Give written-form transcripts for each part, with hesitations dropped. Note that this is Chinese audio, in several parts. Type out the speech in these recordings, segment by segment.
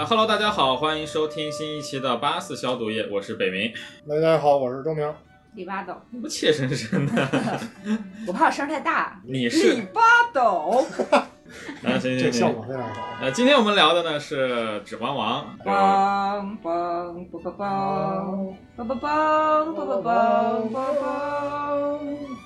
Hello， 大家好，欢迎收听新一期的八四消毒液，我是北明。 大家好，我是周明。 里巴斗， 不切身身的， 我怕我声太大。 你是里巴斗。 行， 这效果非常好。 今天我们聊的呢是《指环王》。 梆梆梆梆梆梆梆梆梆梆梆。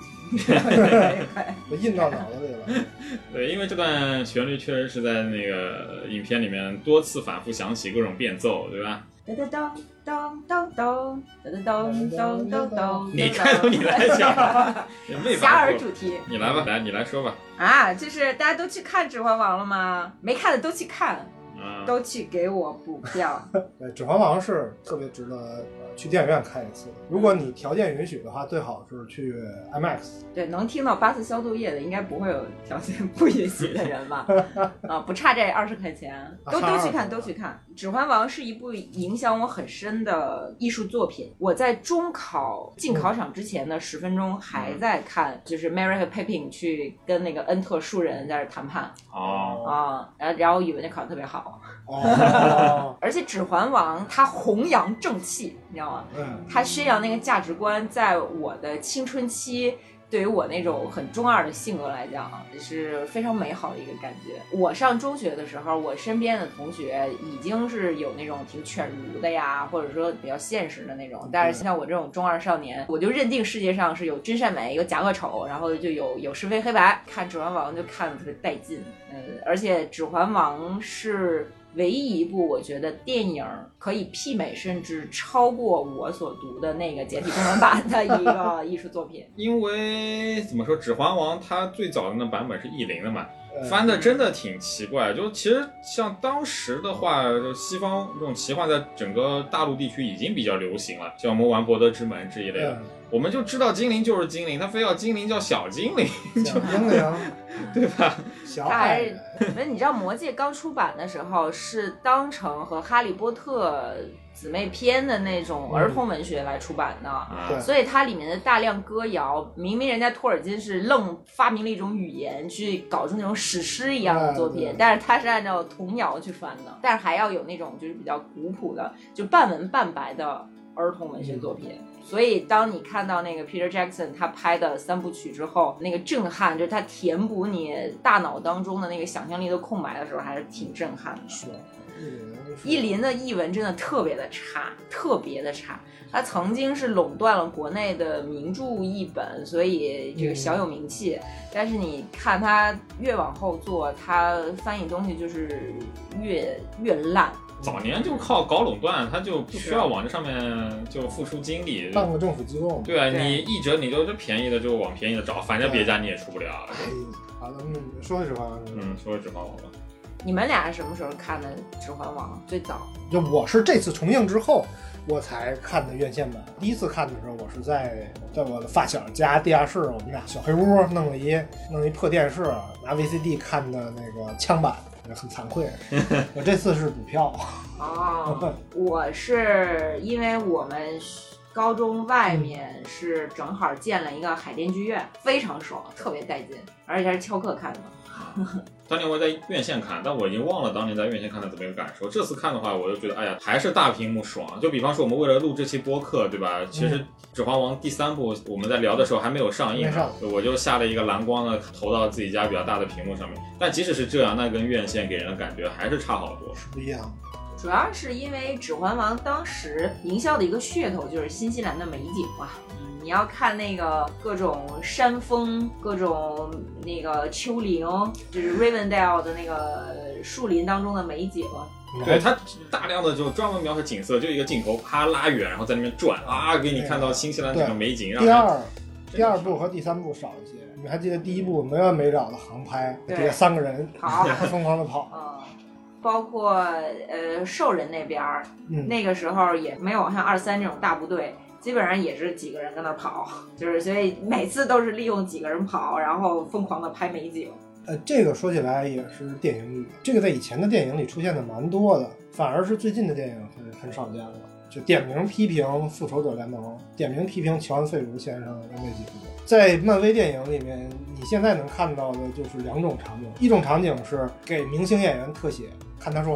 我印到脑子里了。 对，因为这段旋律确实是在那个影片里面多次反复响起，各种变奏，对吧？ 噔噔噔噔噔噔噔噔噔噔噔。 你开头你来讲， 遐迩主题， 你来吧，你来说吧。 啊，就是大家都去看《指环王》了吗？没看的都去看。都去给我补票。 对，《指环王》是特别值得去电影院看一次。如果你条件允许的话，最好是去 IMAX。 对，能听到八四消毒液的，应该不会有条件不允许的人吧？不差这20块钱，都去看，都去看。《指环王》是一部影响我很深的艺术作品。我在中考进考场之前的10分钟还在看，就是 Merry 和 Pippin 去跟那个恩特树人在这谈判。然后语文就考得特别好。而且《指环王》它弘扬正气，你知道吗？它宣扬那个价值观，在我的青春期，对于我那种很中二的性格来讲，是非常美好的一个感觉。我上中学的时候，我身边的同学已经是有那种挺犬儒的呀，或者说比较现实的那种，但是像我这种中二少年，我就认定世界上是有真善美，有假恶丑，然后就有是非黑白。看《指环王》就看得特别带劲。而且《指环王》是唯一一部我觉得电影可以媲美甚至超过我所读的那个简体中文版的一个艺术作品。 因为怎么说，《指环王》它最早的那版本是译林的嘛，翻的真的挺奇怪。就其实像当时的话，就西方这种奇幻在整个大陆地区已经比较流行了，像魔丸博德之门这一类的。我们就知道精灵就是精灵，他非要精灵叫小精灵， 小精灵， 对吧？ 小矮人。 你知道《魔戒》刚出版的时候是当成和《哈利波特》姊妹篇的那种儿童文学来出版的，所以它里面的大量歌谣，明明人家托尔金是愣发明了一种语言去搞出那种史诗一样的作品，但是他是按照童谣去翻的，但是还要有那种就是比较古朴的，就半文半白的儿童文学作品。所以当你看到那个 Peter Jackson 他拍的3部曲之后，那个震撼，就是他填补你大脑当中的那个想象力的空白的时候，还是挺震撼的。 是译林的译文真的特别的差，特别的差。他曾经是垄断了国内的名著译本，所以这个小有名气。但是你看他越往后做，他翻译东西就是越烂。 早年就靠搞垄断，他就不需要往这上面就付出精力， 半个政府机构。 对啊，你译者你就便宜的就往便宜的找，反正别家你也出不了。 好，咱们说指环王。 说指环王吧。 你们俩什么时候看的《指环王》？最早就我是这次重映之后我才看的院线版。第一次看的时候，我是在我的发小家地下室，我们俩小黑屋弄一破电视，拿 VCD 看的那个枪版。很惭愧，我这次是补票。 我是因为我们高中外面是正好建了一个海淀剧院，非常爽，特别带劲，而且还是翘课看的。 当年我在院线看，但我已经忘了当年在院线看的怎么一个感受。这次看的话，我就觉得，哎呀，还是大屏幕爽。就比方说，我们为了录这期播客，对吧？其实《指环王》第3部我们在聊的时候还没有上映，我就下了一个蓝光的投到自己家比较大的屏幕上面。但即使是这样，那跟院线给人的感觉还是差好多， 是不一样。 主要是因为《指环王》当时营销的一个噱头就是新西兰的美景嘛。你要看那个各种山峰，各种那个丘陵，就是 Rivendell 的那个树林当中的美景。 对，它大量的就专门描写景色，就一个镜头啪拉远，然后在那边转给你看到新西兰这个美景。 第二部和第3部少一些。你还记得第1部没完没了的航拍，底下3个人疯狂的跑。 包括兽人那边那个时候也没有像23这种大部队。基本上也是几个人跟那跑，就是所以每次都是利用几个人跑，然后疯狂的拍美景。 这个说起来也是电影里，这个在以前的电影里出现的蛮多的，反而是最近的电影很少见了。就点名批评《复仇者联盟》，点名批评乔恩·费卢先生的那几部。在漫威电影里面，你现在能看到的就是2种场景，一种场景是给明星演员特写，看他说话，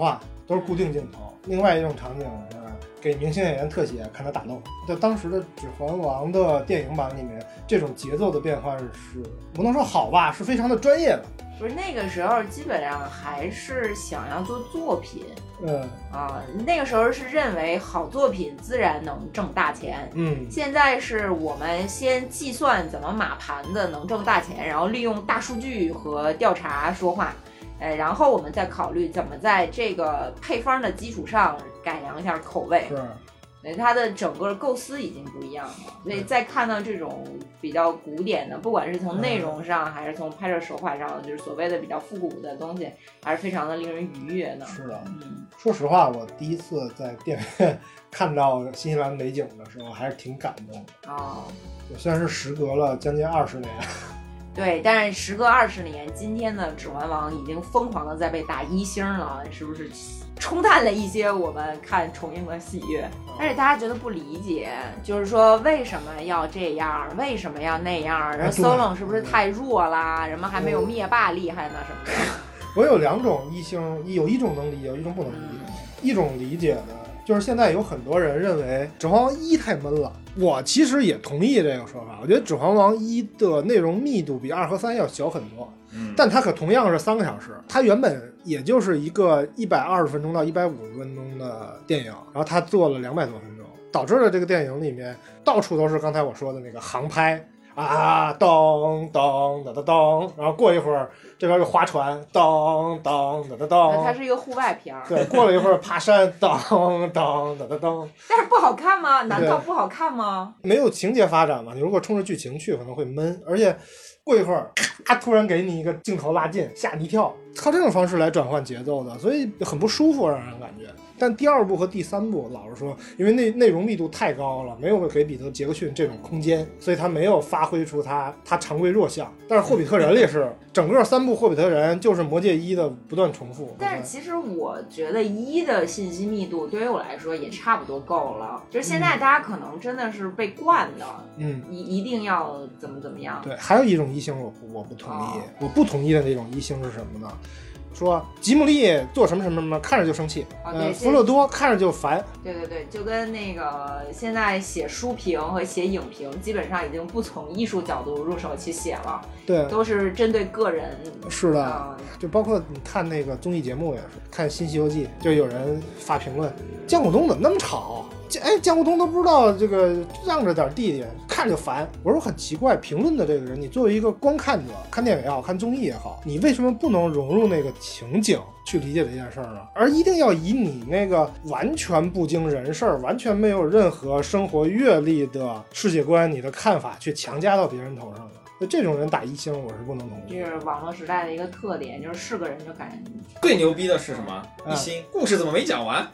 都是固定镜头。另外一种场景是给明星演员特写，看他打斗。在当时的《指环王》的电影版里面，这种节奏的变换是不能说好吧，是非常的专业的。 不是那个时候，基本上还是想要做作品，那个时候是认为好作品自然能挣大钱，现在是我们先计算怎么码盘子能挣大钱，然后利用大数据和调查说话，然后我们再考虑怎么在这个配方的基础上改良一下口味。 是。 它的整个构思已经不一样了，所以再看到这种比较古典的，不管是从内容上还是从拍摄手法上，就是所谓的比较复古的东西，还是非常的令人愉悦的。 是的，说实话，我第一次在电影院看到新西兰美景的时候，还是挺感动的。虽然是时隔了将近20年。 对，但是时隔20年，今天的《指环王》已经疯狂的在被打1星了，是不是？冲淡了一些我们看重映的喜悦，而且大家觉得不理解，就是说为什么要这样，为什么要那样？然后 Solon 是不是太弱啦？人们还没有灭霸厉害呢什么的。 我有2种1星，有一种能理解，有一种不能理解。一种理解的就是现在有很多人认为《指环王1》太闷了，我其实也同意这个说法。我觉得《指环王1》的内容密度比2和3要小很多，但它可同样是3个小时，它原本也就是一个120分钟到150分钟的电影，然后它做了200多分钟，导致了这个电影里面到处都是刚才我说的那个航拍啊，咚咚哒哒咚，然后过一会儿这边又划船，咚咚哒哒咚。 它是一个户外片儿。 对，过了一会儿爬山，咚咚哒哒咚。 但是不好看吗？难道不好看吗？ 没有情节发展嘛？你如果冲着剧情去，可能会闷，而且过一会儿咔突然给你一个镜头拉近，吓你一跳，靠这种方式来转换节奏的，所以很不舒服，让人感觉。但第2部和第3部，老实说，因为内容密度太高了，没有给彼得·杰克逊这种空间，所以他没有发挥出他常规弱项。但是《霍比特人》里是整个3部《霍比特人》就是《魔戒1》的不断重复。 但是其实我觉得1的信息密度对于我来说也差不多够了，就是现在大家可能真的是被惯的，一定要怎么样。 对，还有一种1星我不同意，我不同意的那种1星是什么呢？说吉姆利做什么什么什么看着就生气，弗洛多看着就烦。 对，就跟那个现在写书评和写影评基本上已经不从艺术角度入手去写了， 对， 都是针对个人。是的，就包括你看那个综艺节目也是，看新西游记就有人发评论，姜武东怎么那么吵，姜武东都不知道这个让着点弟弟，看着就烦。我说很奇怪，评论的这个人，你作为一个观看者，看电影也好，看综艺也好，你为什么不能融入那个情景去理解这件事儿呢？而一定要以你那个完全不经人事儿、完全没有任何生活阅历的世界观、你的看法去强加到别人头上的。这种人打1星我是不能同意。 这是网络时代的一个特点，就是是个人就感觉。 最牛逼的是什么？1星，故事怎么没讲完？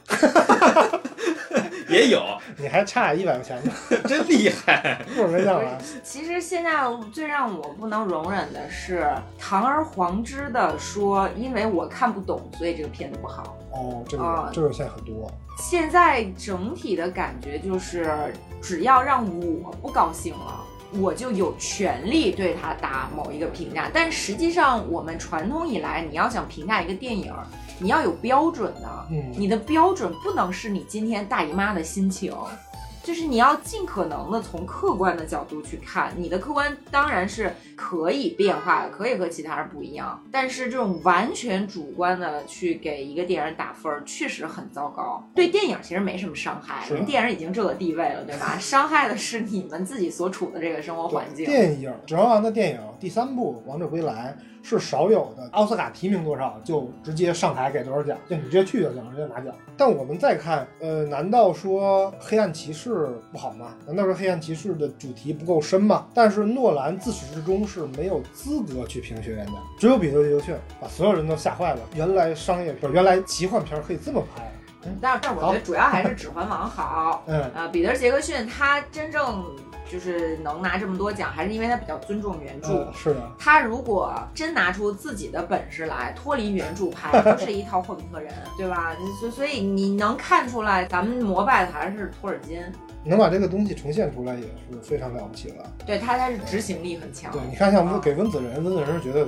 也有， 你还差100块钱呢， 真厉害！ 故事没讲完。 其实现在最让我不能容忍的是堂而皇之的说，因为我看不懂，所以这个片子不好。这个现在很多。现在整体的感觉就是，只要让我不高兴了，我就有权利对他打某一个评价。但实际上我们传统以来，你要想评价一个电影，你要有标准的，你的标准不能是你今天大姨妈的心情，就是你要尽可能的从客观的角度去看。你的客观当然是可以变化的，可以和其他人不一样，但是这种完全主观的去给一个电影打分确实很糟糕。对电影其实没什么伤害，人电影已经这个地位了，对吧？伤害的是你们自己所处的这个生活环境。 电影《指环王》的电影第3部《王者归来》是少有的，奥斯卡提名多少就直接上台给多少奖，就你直接去就行，直接拿奖。但我们再看，难道说黑暗骑士不好吗？难道说黑暗骑士的主题不够深吗？但是诺兰自始至终是没有资格去评学院奖，只有彼得·杰克逊把所有人都吓坏了。原来商业片、原来奇幻片可以这么拍。 但我觉得主要还是《指环王》好。彼得·杰克逊他真正就是能拿这么多奖，还是因为他比较尊重原著。 是的， 他如果真拿出自己的本事来，脱离原著拍，就是一套霍比特人，对吧？所以你能看出来，咱们膜拜的还是托尔金。 能把这个东西呈现出来也是非常了不起了。 对，他是执行力很强。 对，你看像给温子仁是绝对做不了。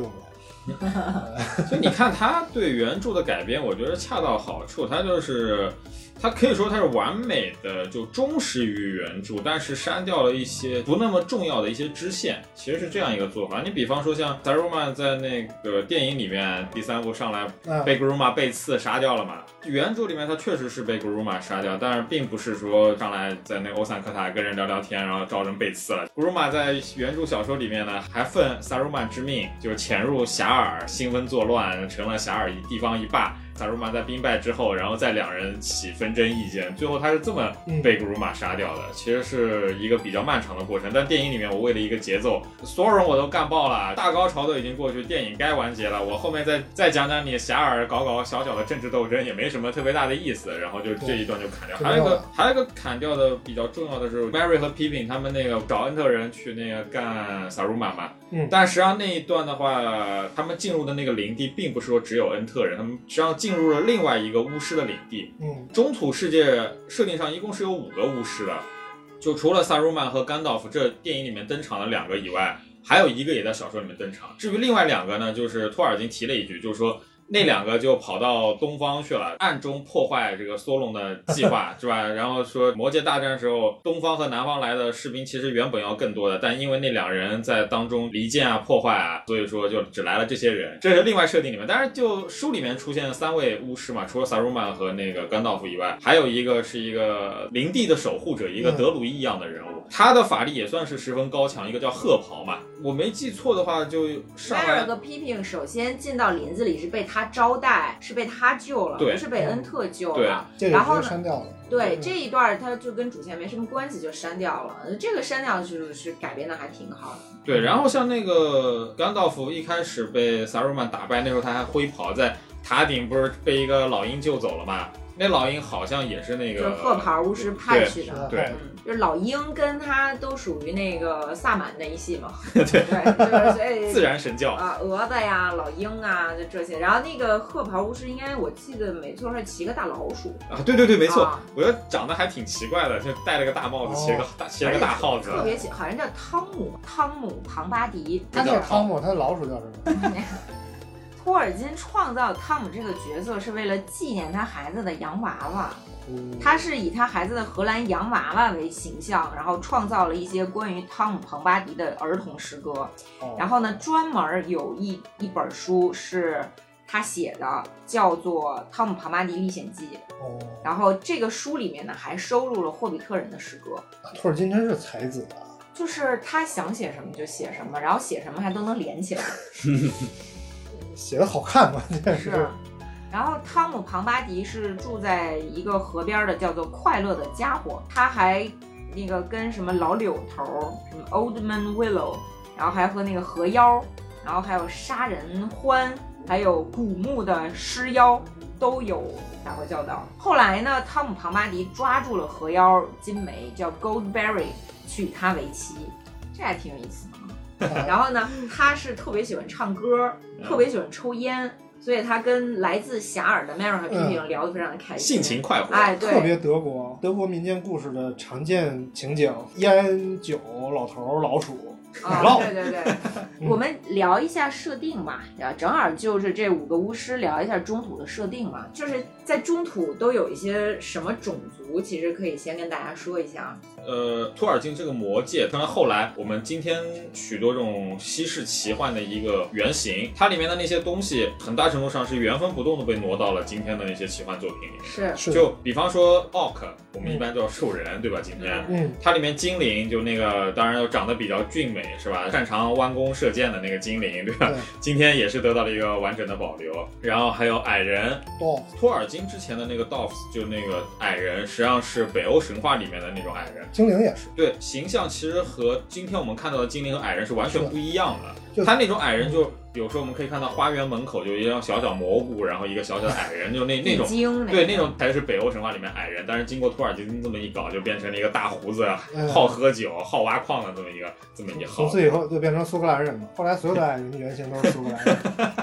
所以你看他对原著的改编，我觉得恰到好处，他可以说他是完美的就忠实于原著，但是删掉了一些不那么重要的一些支线，其实是这样一个做法。你比方说像 Saruman 在那个电影里面第3部上来被 Gruma 被刺杀掉了嘛，原著里面他确实是被 Gruma 杀掉，但是并不是说上来在那欧散克塔跟人聊聊天，然后招人被刺了。Gruma 在原著小说里面呢，还奉 Saruman 之命，就是潜入遐迩，兴风作乱，成了遐迩地方一霸。萨鲁曼在兵败之后，然后再两人起纷争意见，最后他是这么被古鲁玛杀掉的，其实是一个比较漫长的过程。但电影里面我为了一个节奏，所有人我都干爆了，大高潮都已经过去，电影该完结了，我后面再讲讲你遐迩搞小小的政治斗争也没什么特别大的意思，然后就这一段就砍掉。还有一个砍掉的比较重要的是 Merry 和 Pippin 他们那个找恩特人去那个干萨鲁曼嘛，但实际上那一段的话，他们进入的那个领地并不是说只有恩特人，他们实际上进入了另外一个巫师的领地。中土世界设定上一共是有5个巫师的，就除了萨鲁曼和甘道夫这电影里面登场的2个以外，还有1个也在小说里面登场。至于另外2个呢，就是托尔金提了一句，就是说那2个就跑到东方去了，暗中破坏这个索隆的计划，是吧？然后说魔界大战的时候，东方和南方来的士兵其实原本要更多的，但因为那2人在当中离间啊、破坏啊，所以说就只来了这些人。这是另外设定里面，但是就书里面出现3位巫师嘛，除了萨鲁曼和那个甘道夫以外，还有一个是一个林地的守护者，一个德鲁伊一样的人物，他的法力也算是十分高强，一个叫褐袍嘛。我没记错的话，就上来和批评首先进到林子里是被他招待，是被他救了，不是被恩特救了。然后删掉了。 对，这一段他就跟主线没什么关系，就删掉了。这个删掉是改编的还挺好的。 对，然后像那个甘道夫一开始被萨鲁曼打败，那时候他还挥袍在塔顶，不是被一个老鹰救走了嘛？那老鹰好像也是那个就是褐袍巫师派去的， 对， 就是老鹰跟他都属于那个萨满那一系嘛， 对， 就是所以自然神教啊，蛾子呀、老鹰啊，就这些。然后那个褐袍巫师应该我记得没错是骑个大老鼠啊，对，没错，我觉得长得还挺奇怪的，就戴了个大帽子，骑了个大号子， 特别好像叫汤姆庞巴迪， 他叫汤姆，他的老鼠叫什么？ 托尔金创造汤姆这个角色是为了纪念他孩子的洋娃娃，他是以他孩子的荷兰洋娃娃为形象，然后创造了一些关于汤姆庞巴迪的儿童诗歌。然后呢，专门有一本书是他写的，叫做《汤姆庞巴迪历险记》。然后这个书里面呢，还收录了霍比特人的诗歌。 托尔金真是才子啊！ 就是他想写什么就写什么，然后写什么还都能连起来。 写的好看嘛，这是。 然后汤姆庞巴迪是住在一个河边的，叫做快乐的家伙。他还那个跟什么老柳头，什么 Old Man Willow， 然后还和那个河妖，然后还有杀人獾，还有古墓的尸妖都有打过交道。后来呢，汤姆庞巴迪抓住了河妖金梅，叫 Goldberry， 娶她为妻，这还挺有意思的。然后呢，他是特别喜欢唱歌，特别喜欢抽烟，所以他跟来自遐迩的 Merry 和 Pippin 聊得非常的开心， 性情快活， 哎，对， 特别德国民间故事的常见情景：烟酒、老头、老鼠。 对，我们聊一下设定吧，正好就是这5个巫师聊一下中土的设定嘛，就是在中土都有一些什么种族，其实可以先跟大家说一下。 托尔金这个魔界，当然后来我们今天许多这种西式奇幻的一个原型，它里面的那些东西很大程度上是原封不动的被挪到了今天的那些奇幻作品里面。 是， 就比方说 Orc， 我们一般叫兽人，对吧？今天，它里面精灵就那个，当然又长得比较俊美，是吧？擅长弯弓射箭的那个精灵，对吧？今天也是得到了一个完整的保留。然后还有矮人，托尔金之前的那个 Dwarfs， 就那个矮人，实际上是北欧神话里面的那种矮人。 精灵也是， 对，形象其实和今天我们看到的精灵和矮人是完全不一样的。他那种矮人就有时候我们可以看到花园门口就一张小小蘑菇，然后一个小小的矮人，就那种对那种才是北欧神话里面矮人。但是经过托尔金这么一搞，就变成了一个大胡子、好喝酒、好挖矿的这么一号。 从此以后就变成苏格兰人了。后来所有的矮人原型都是苏格兰人。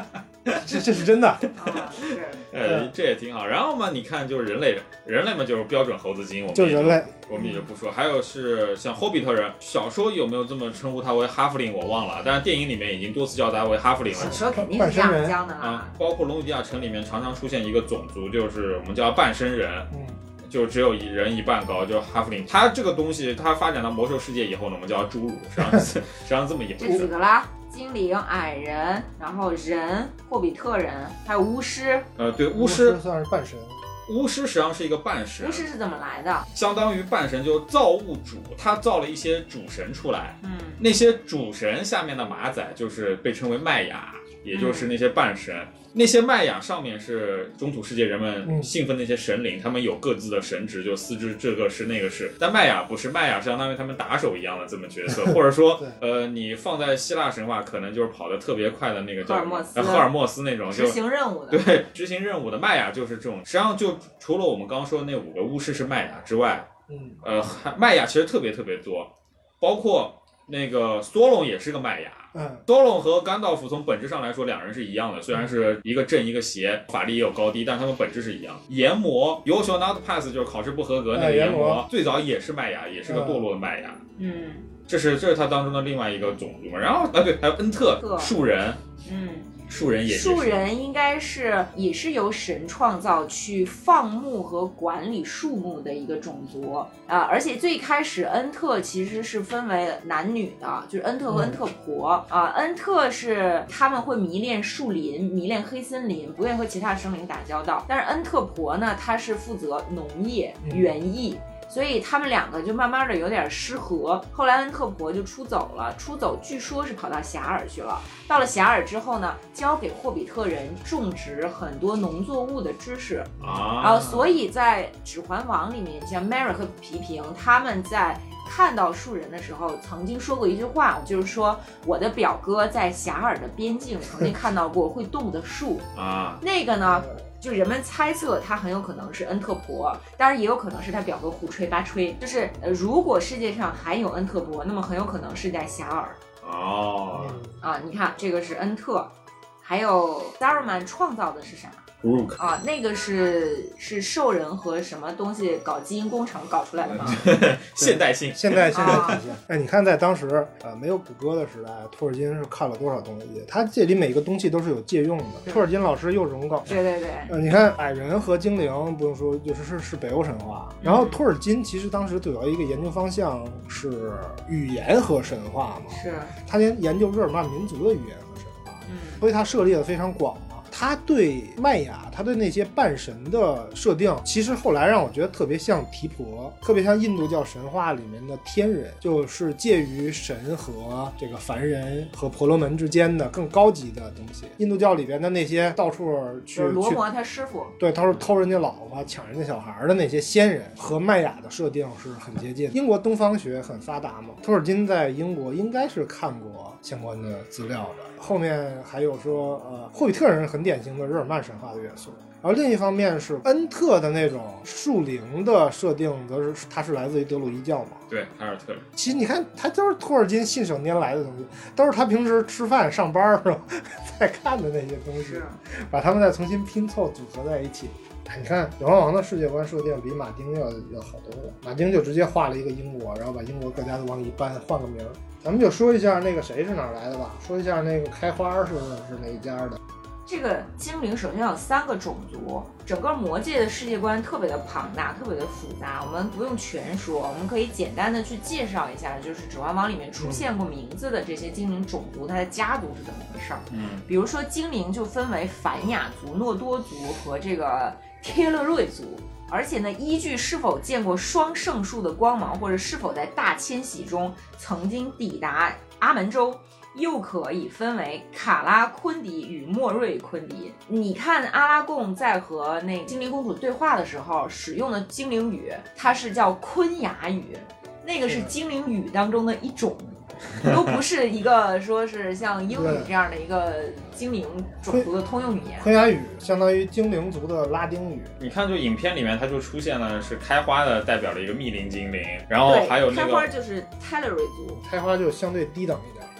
这是真的。 是， 这也挺好。然后嘛，你看就是人类嘛就是标准猴子精， 就人类， 我们也就不说。还有是像霍比特人，小说有没有这么称呼他为哈弗林我忘了，但是电影里面已经多次叫他为哈弗林了。 小说肯定是这样的啊。包括龙与地下城里面常常出现一个种族，就是我们叫半身人。就只有人一半高，就是哈弗林。它这个东西，它发展到魔兽世界以后呢，我们叫侏儒，实际上这么一回事。 这几个啦，精灵、矮人，然后人、霍比特人，还有巫师。 对，巫师算是半神。 巫师实际上是一个半神。 巫师是怎么来的？ 相当于半神，就造物主，他造了一些主神出来。那些主神下面的马仔就是被称为麦雅，也就是那些半神。那些麦雅上面是中土世界人们信奉那些神灵，他们有各自的神职，就司职这个是那个是。但麦雅不是，麦雅是相当于他们打手一样的这么角色，或者说你放在希腊神话，可能就是跑得特别快的那个叫赫尔墨斯那种， 执行任务的。 对，执行任务的麦雅就是这种。实际上就除了我们刚刚说的那5个巫师是麦雅之外，麦雅其实特别特别多，包括那个索隆也是个麦雅。索隆和甘道夫从本质上来说，两人是一样的，虽然是一个正一个邪，法力也有高低，但他们本质是一样。炎魔优秀 not pass 就是考试不合格那个炎魔，最早也是麦雅，也是个堕落的麦雅。这是他当中的另外一个种族嘛。然后对，还有恩特树人。树人应该也是由神创造去放牧和管理树木的一个种族而且最开始恩特其实是分为男女的，就是恩特和恩特婆恩特是他们会迷恋树林，迷恋黑森林，不愿意和其他生灵打交道。但是恩特婆呢，她是负责农业园艺。所以他们两个就慢慢的有点失和，后来恩特婆就出走了，据说是跑到遐迩去了。到了遐迩之后呢，教给霍比特人种植很多农作物的知识所以在指环王里面，像 Mary 和皮平他们在看到树人的时候曾经说过一句话，就是说我的表哥在遐迩的边境曾经看到过会动的树那个呢就人们猜测他很有可能是恩特婆，当然也有可能是他表哥胡吹八吹。就是如果世界上还有恩特婆，那么很有可能是在遐迩你看这个是恩特，还有萨鲁曼创造的是啥？那个是兽人和什么东西搞基因工程搞出来的吗？ 现代性体现。你看在当时没有谷歌的时代，托尔金是看了多少东西？他这里每个东西都是有借用的。托尔金老师又融梗。 对。 你看矮人和精灵不用说，就是北欧神话。然后托尔金其实当时主要一个研究方向是语言和神话嘛。 是。 他研究日耳曼民族的语言和神话，所以他涉猎的非常广。他对麦雅，他对那些半神的设定，其实后来让我觉得特别像提婆，特别像印度教神话里面的天人，就是介于神和这个凡人和婆罗门之间的更高级的东西。印度教里边的那些到处去罗摩他师傅， 对，他说偷人家老婆抢人家小孩的那些仙人，和麦雅的设定是很接近。英国东方学很发达嘛，托尔金在英国应该是看过相关的资料的。后面还有说霍比特人很典型的日耳曼神话的元素。然后另一方面是恩特的那种树灵的设定，则是它是来自于德鲁伊教嘛。 对，凯尔特人。 其实你看，他都是托尔金信手拈来的东西，都是他平时吃饭上班时候在看的那些东西，把他们再重新拼凑组合在一起。你看《指环王》的世界观设定比马丁要好多了。马丁就直接画了一个英国，然后把英国各家都往一搬，换个名。咱们就说一下那个谁是哪来的吧，说一下那个开花是哪一家的。 这个精灵首先有3个种族，整个魔界的世界观特别的庞大，特别的复杂，我们不用全说，我们可以简单的去介绍一下，就是《指环王》里面出现过名字的这些精灵种族，它的家族是怎么回事。比如说精灵就分为凡雅族、诺多族和这个贴勒瑞族。而且呢，依据是否见过双圣树的光芒，或者是否在大迁徙中曾经抵达阿门州，又可以分为卡拉昆迪与莫瑞昆迪。你看阿拉贡在和那精灵公主对话的时候使用的精灵语，它是叫昆雅语，那个是精灵语当中的一种，都不是一个说是像英语这样的一个精灵种族的通用语言。 昆雅语相当于精灵族的拉丁语。 你看，就影片里面它就出现了是开花的代表了一个密林精灵，然后还有那个开花就是 Teleri 族， 开花就相对低等一点。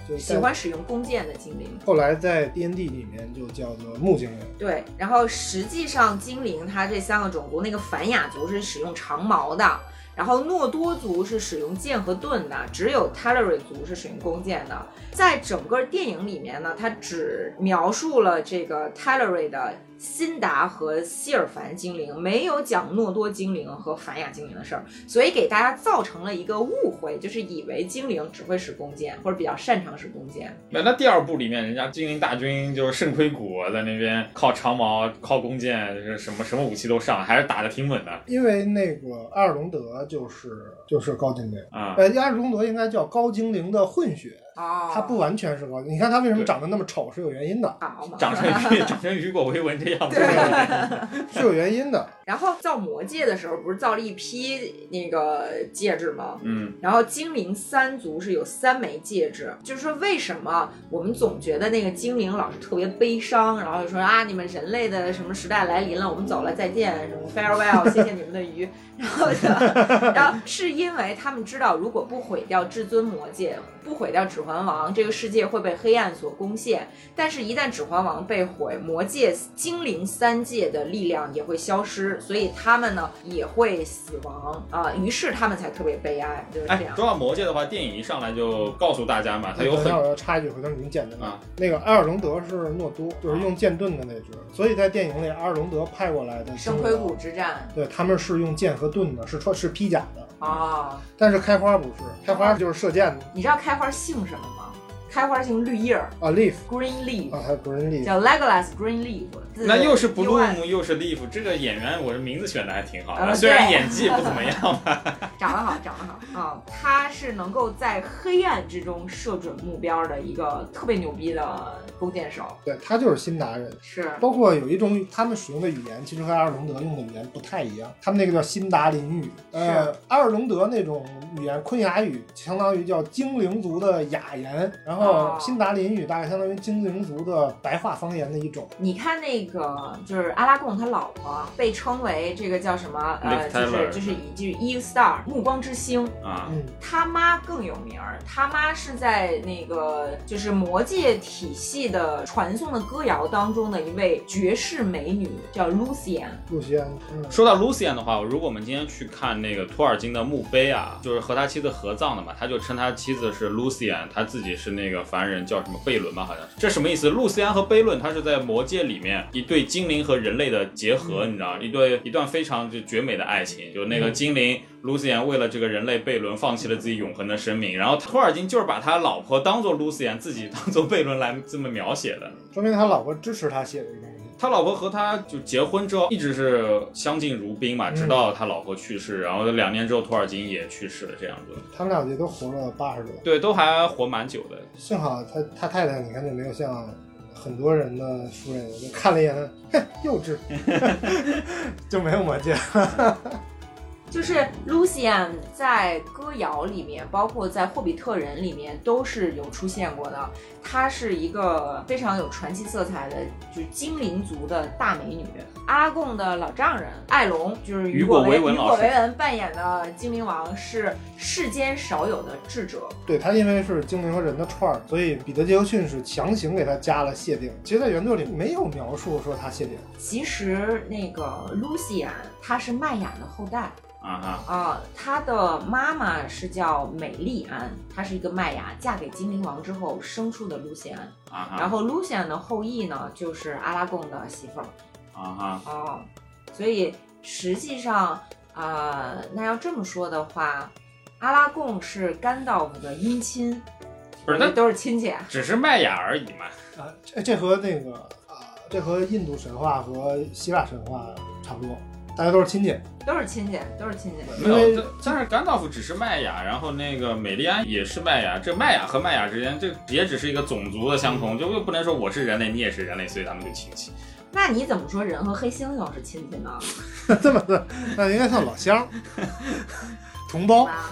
就喜欢使用弓箭的精灵。 后来在 D&D 里面就叫做木精灵。 对，然后实际上精灵它这3个种族，那个凡雅族是使用长矛的，然后诺多族是使用剑和盾的，只有 Teleri 族是使用弓箭的。在整个电影里面呢，它只描述了这个 Teleri 的辛达和希尔凡精灵，没有讲诺多精灵和凡雅精灵的事儿，所以给大家造成了一个误会，就是以为精灵只会使弓箭，或者比较擅长使弓箭。 那第2部里面，人家精灵大军就是圣盔谷在那边靠长矛、靠弓箭，什么武器都上，还是打得挺稳的。 因为那个阿尔隆德就是高精灵啊， 阿尔隆德应该叫高精灵的混血。 哦， 他不完全是高精灵，你看他为什么长得那么丑是有原因的， 长成雨果维文这样子是有原因的。 然后造魔戒的时候不是造了一批那个戒指吗？然后精灵3族是有3枚戒指，就是说为什么我们总觉得那个精灵老是特别悲伤，然后就说啊你们人类的什么时代来临了，我们走了再见，什么 farewell 谢谢你们的鱼，然后是因为他们知道如果不毁掉至尊魔戒，不毁掉指环王，这个世界会被黑暗所攻陷，但是一旦指环王被毁，魔戒精灵3界的力量也会消失，所以他们呢也会死亡啊，于是他们才特别悲哀，就是这样。 说到魔戒的话，电影一上来就告诉大家嘛，它有很…… 我要插一句，回头你们剪的啊。那个阿尔隆德是诺多，就是用剑盾的那只，所以在电影里阿尔隆德派过来的圣盔谷之战， 对，他们是用剑和盾的，是披甲的啊。 但是开花不是，开花就是射箭的。 你知道开花姓什么吗？开花姓绿叶啊 ，leaf green leaf 啊，还有 green leaf 叫 Legolas green leaf。 那又是 bloom 又是 leaf， 这个演员我的名字选的还挺好的，虽然演技不怎么样吧。 长得好啊！他是能够在黑暗之中射准目标的一个特别牛逼的弓箭手。 对，他就是辛达人。 是， 包括有一种他们使用的语言，其实和阿尔隆德用的语言不太一样，他们那个叫辛达林语。阿尔隆德那种语言昆雅语，相当于叫精灵族的雅言，然后辛达林语大概相当于精灵族的白话方言的一种。 你看那个就是阿拉贡他老婆被称为这个叫什么就是Eve Star 暮光之星啊， 他妈更有名儿，他妈是在那个就是魔戒体系的传颂的歌谣当中的一位绝世美女，叫 Lucian。 说到 Lucian 的话，如果我们今天去看那个托尔金的墓碑啊，就是和他妻子合葬的嘛，他就称他妻子是 Lucian， 他自己是那个凡人叫什么贝伦吧，好像是。这什么意思？路西安和贝伦他是在魔戒里面一对精灵和人类的结合，你知道，一段非常就绝美的爱情，就那个精灵卢西安为了这个人类贝伦放弃了自己永恒的生命，然后托尔金就是把他老婆当做卢西安，自己当做贝伦来这么描写的， 说明他老婆支持他写的这个东西。 他老婆和他就结婚之后一直是相敬如宾嘛，直到他老婆去世，然后2年之后托尔金也去世了，这样子。他们俩也都活了80多， 对，都还活蛮久的。 幸好他太太，你看就没有像很多人的夫人，就看了一眼，哼，幼稚，就没有魔戒。 就是 Lucian 在歌谣里面，包括在霍比特人里面都是有出现过的。她是一个非常有传奇色彩的，就是精灵族的大美女。阿拉贡的老丈人艾隆，就是雨果维文扮演的精灵王，是世间少有的智者。 对，他因为是精灵和人的串儿，所以彼得·杰克逊是强行给他加了谢顶。其实在原作里没有描述说他谢顶。 其实那个 Lucian 她是麦雅的后代。她的妈妈是叫美丽安，她是一个麦雅，嫁给精灵王之后生出的露西安。然后露西安的后裔呢，就是阿拉贡的媳妇儿。所以实际上那要这么说的话，阿拉贡是甘道夫的姻亲， 不是，那都是亲戚， 只是麦雅而已嘛。 这和那个这和印度神话和希腊神话差不多。大家都是亲戚， 都是亲戚。 没有，但是甘道夫只是麦雅，然后那个美丽安也是麦雅，这麦雅和麦雅之间，这也只是一个种族的相同，就又不能说我是人类，你也是人类，所以他们就亲戚。 那你怎么说人和黑猩猩是亲戚呢？ 这么的，那应该算老乡，同胞。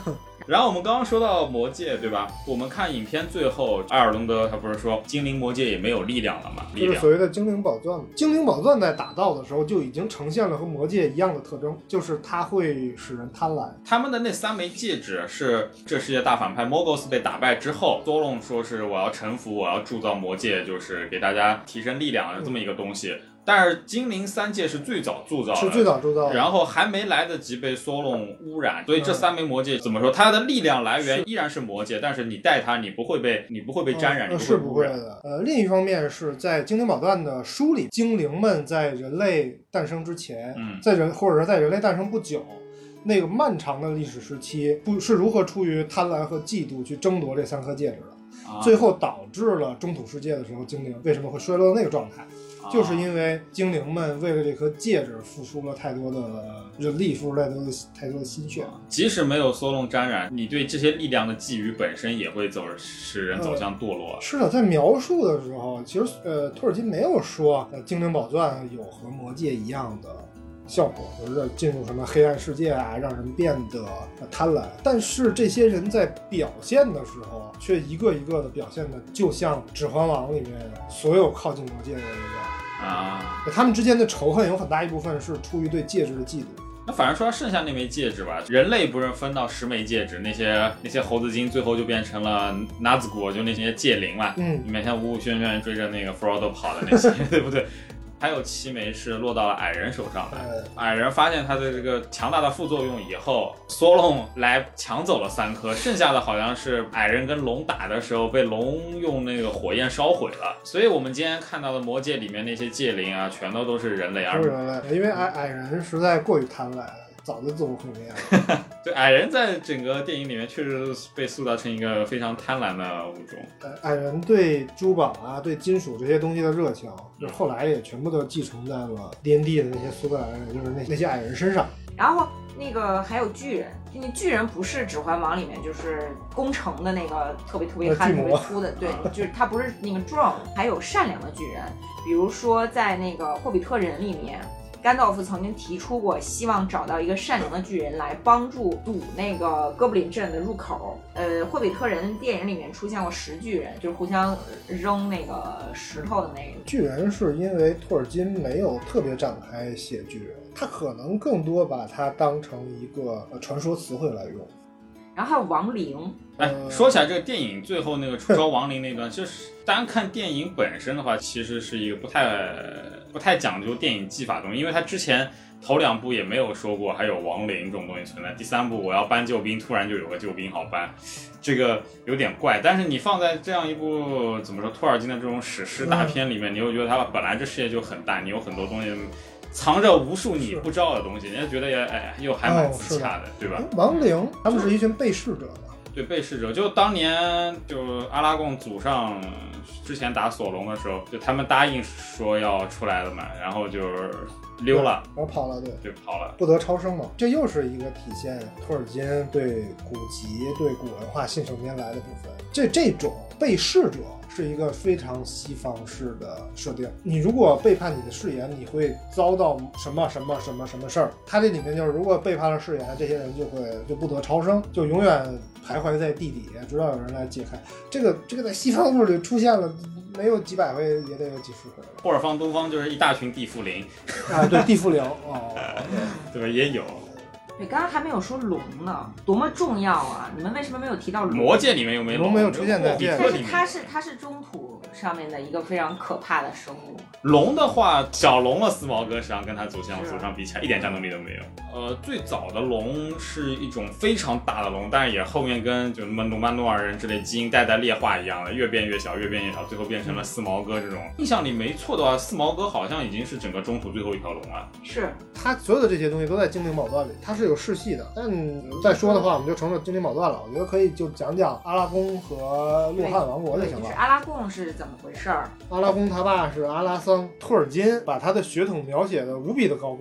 然后我们刚刚说到魔戒，对吧？我们看影片最后，艾尔隆德他不是说精灵魔戒也没有力量了吗？力量就是所谓的精灵宝钻。精灵宝钻在打造的时候就已经呈现了和魔戒一样的特征，就是它会使人贪婪。 他们的那3枚戒指是这世界大反派 Morgos 被打败之后，多隆说是我要臣服，我要铸造魔戒，就是给大家提升力量的这么一个东西。但是精灵3戒是最早铸造的， 是最早铸造的， 然后还没来得及被梭隆污染，所以这3枚魔戒怎么说？它的力量来源依然是魔戒，但是你带它，你不会被沾染，你是不会污染的。另一方面是在精灵宝钻的书里，精灵们在人类诞生之前，或者是在人类诞生不久。那个漫长的历史时期，是如何出于贪婪和嫉妒去争夺这3颗戒指的，最后导致了中土世界的时候，精灵为什么会衰落到那个状态？就是因为精灵们为了这颗戒指付出了太多的人力，付出了太多的心血。 即使没有梭隆沾染，你对这些力量的觊觎本身也会使人走向堕落。 是的，在描述的时候，其实托尔金没有说精灵宝钻有和魔戒一样的效果，比如说进入什么黑暗世界啊，让人变得贪婪。但是这些人在表现的时候，却一个一个的表现的，就像《指环王》里面所有靠近魔戒的人一样啊， 他们之间的仇恨有很大一部分是出于对戒指的嫉妒。 那反而说剩下那枚戒指吧，人类不是分到10枚戒指，那些猴子精最后就变成了纳兹古，就那些戒灵嘛，里面像呜呜喧喧追着那个弗罗多跑的那些，对不对？还有7枚是落到了矮人手上的，矮人发现他的这个强大的副作用以后，梭隆来抢走了3颗，剩下的好像是矮人跟龙打的时候被龙用那个火焰烧毁了。所以我们今天看到的魔戒里面那些戒灵啊，全都是人类， 因为矮人实在过于贪婪，早就自我毁灭了。 对，矮人在整个电影里面确实被塑造成一个非常贪婪的物种。 矮人对珠宝啊、对金属这些东西的热情，就后来也全部都继承在了 D&D 的那些苏格兰人，就是那些矮人身上。 然后那个还有巨人，那巨人不是《指环王》里面就是攻城的那个特别憨、特别粗的，对，就是他不是那个 Drow， 还有善良的巨人，比如说在那个《霍比特人》里面。甘道夫曾经提出过，希望找到一个善良的巨人来帮助堵那个哥布林镇的入口。霍比特人电影里面出现过10巨人，就是互相扔那个石头的那个。 巨人是因为托尔金没有特别展开写巨人，他可能更多把它当成一个传说词汇来用。 然后还有亡灵。 说起来这个电影最后那个出招亡灵那段，就是单看电影本身的话，其实是一个不太讲究电影技法的东西，因为他之前头2部也没有说过还有亡灵这种东西存在。第3部我要搬救兵，突然就有个救兵好搬，这个有点怪。但是你放在这样一部怎么说托尔金的这种史诗大片里面，你又觉得他本来这世界就很大，你有很多东西藏着无数你不知道的东西，人家觉得也又还蛮自洽的，对吧？ 亡灵他们是一群被试者嘛。 对，被试者就当年就阿拉贡祖上之前打索隆的时候，就他们答应说要出来了嘛，然后就溜了， 然后跑了， 对，跑了， 不得超生嘛。这又是一个体现托尔金对古籍、对古文化信手拈来的部分。这种被试者是一个非常西方式的设定。你如果背叛你的誓言，你会遭到什么事儿？它这里面就是，如果背叛了誓言，这些人就不得超生，就永远徘徊在地底，直到有人来解开。这个在西方故事里出现了。没有几百回，也得有几十回。 霍尔方东方就是一大群地缚灵啊，对，地缚灵对吧？也有。 对，刚刚还没有说龙呢，多么重要啊！你们为什么没有提到龙？ 魔戒里面又没龙，没有出现在但是它是中土上面的一个非常可怕的生物。 龙的话，小龙的4毛哥实际上跟它祖上比起来，一点战斗力都没有。最早的龙是一种非常大的龙，但是也后面跟就什么努曼诺尔人之类基因代代劣化一样的，越变越小，最后变成了4毛哥这种。印象里没错的话，4毛哥好像已经是整个中土最后一条龙了。 是， 它所有的这些东西都在精灵宝钻里，它是有世系的。但再说的话，我们就成了精灵宝钻了。我觉得可以就讲讲阿拉贡和洛汗王国就行了。 就是阿拉贡是怎么回事儿？ 阿拉贡他爸是阿拉桑，托尔金把他的血统描写的无比的高贵。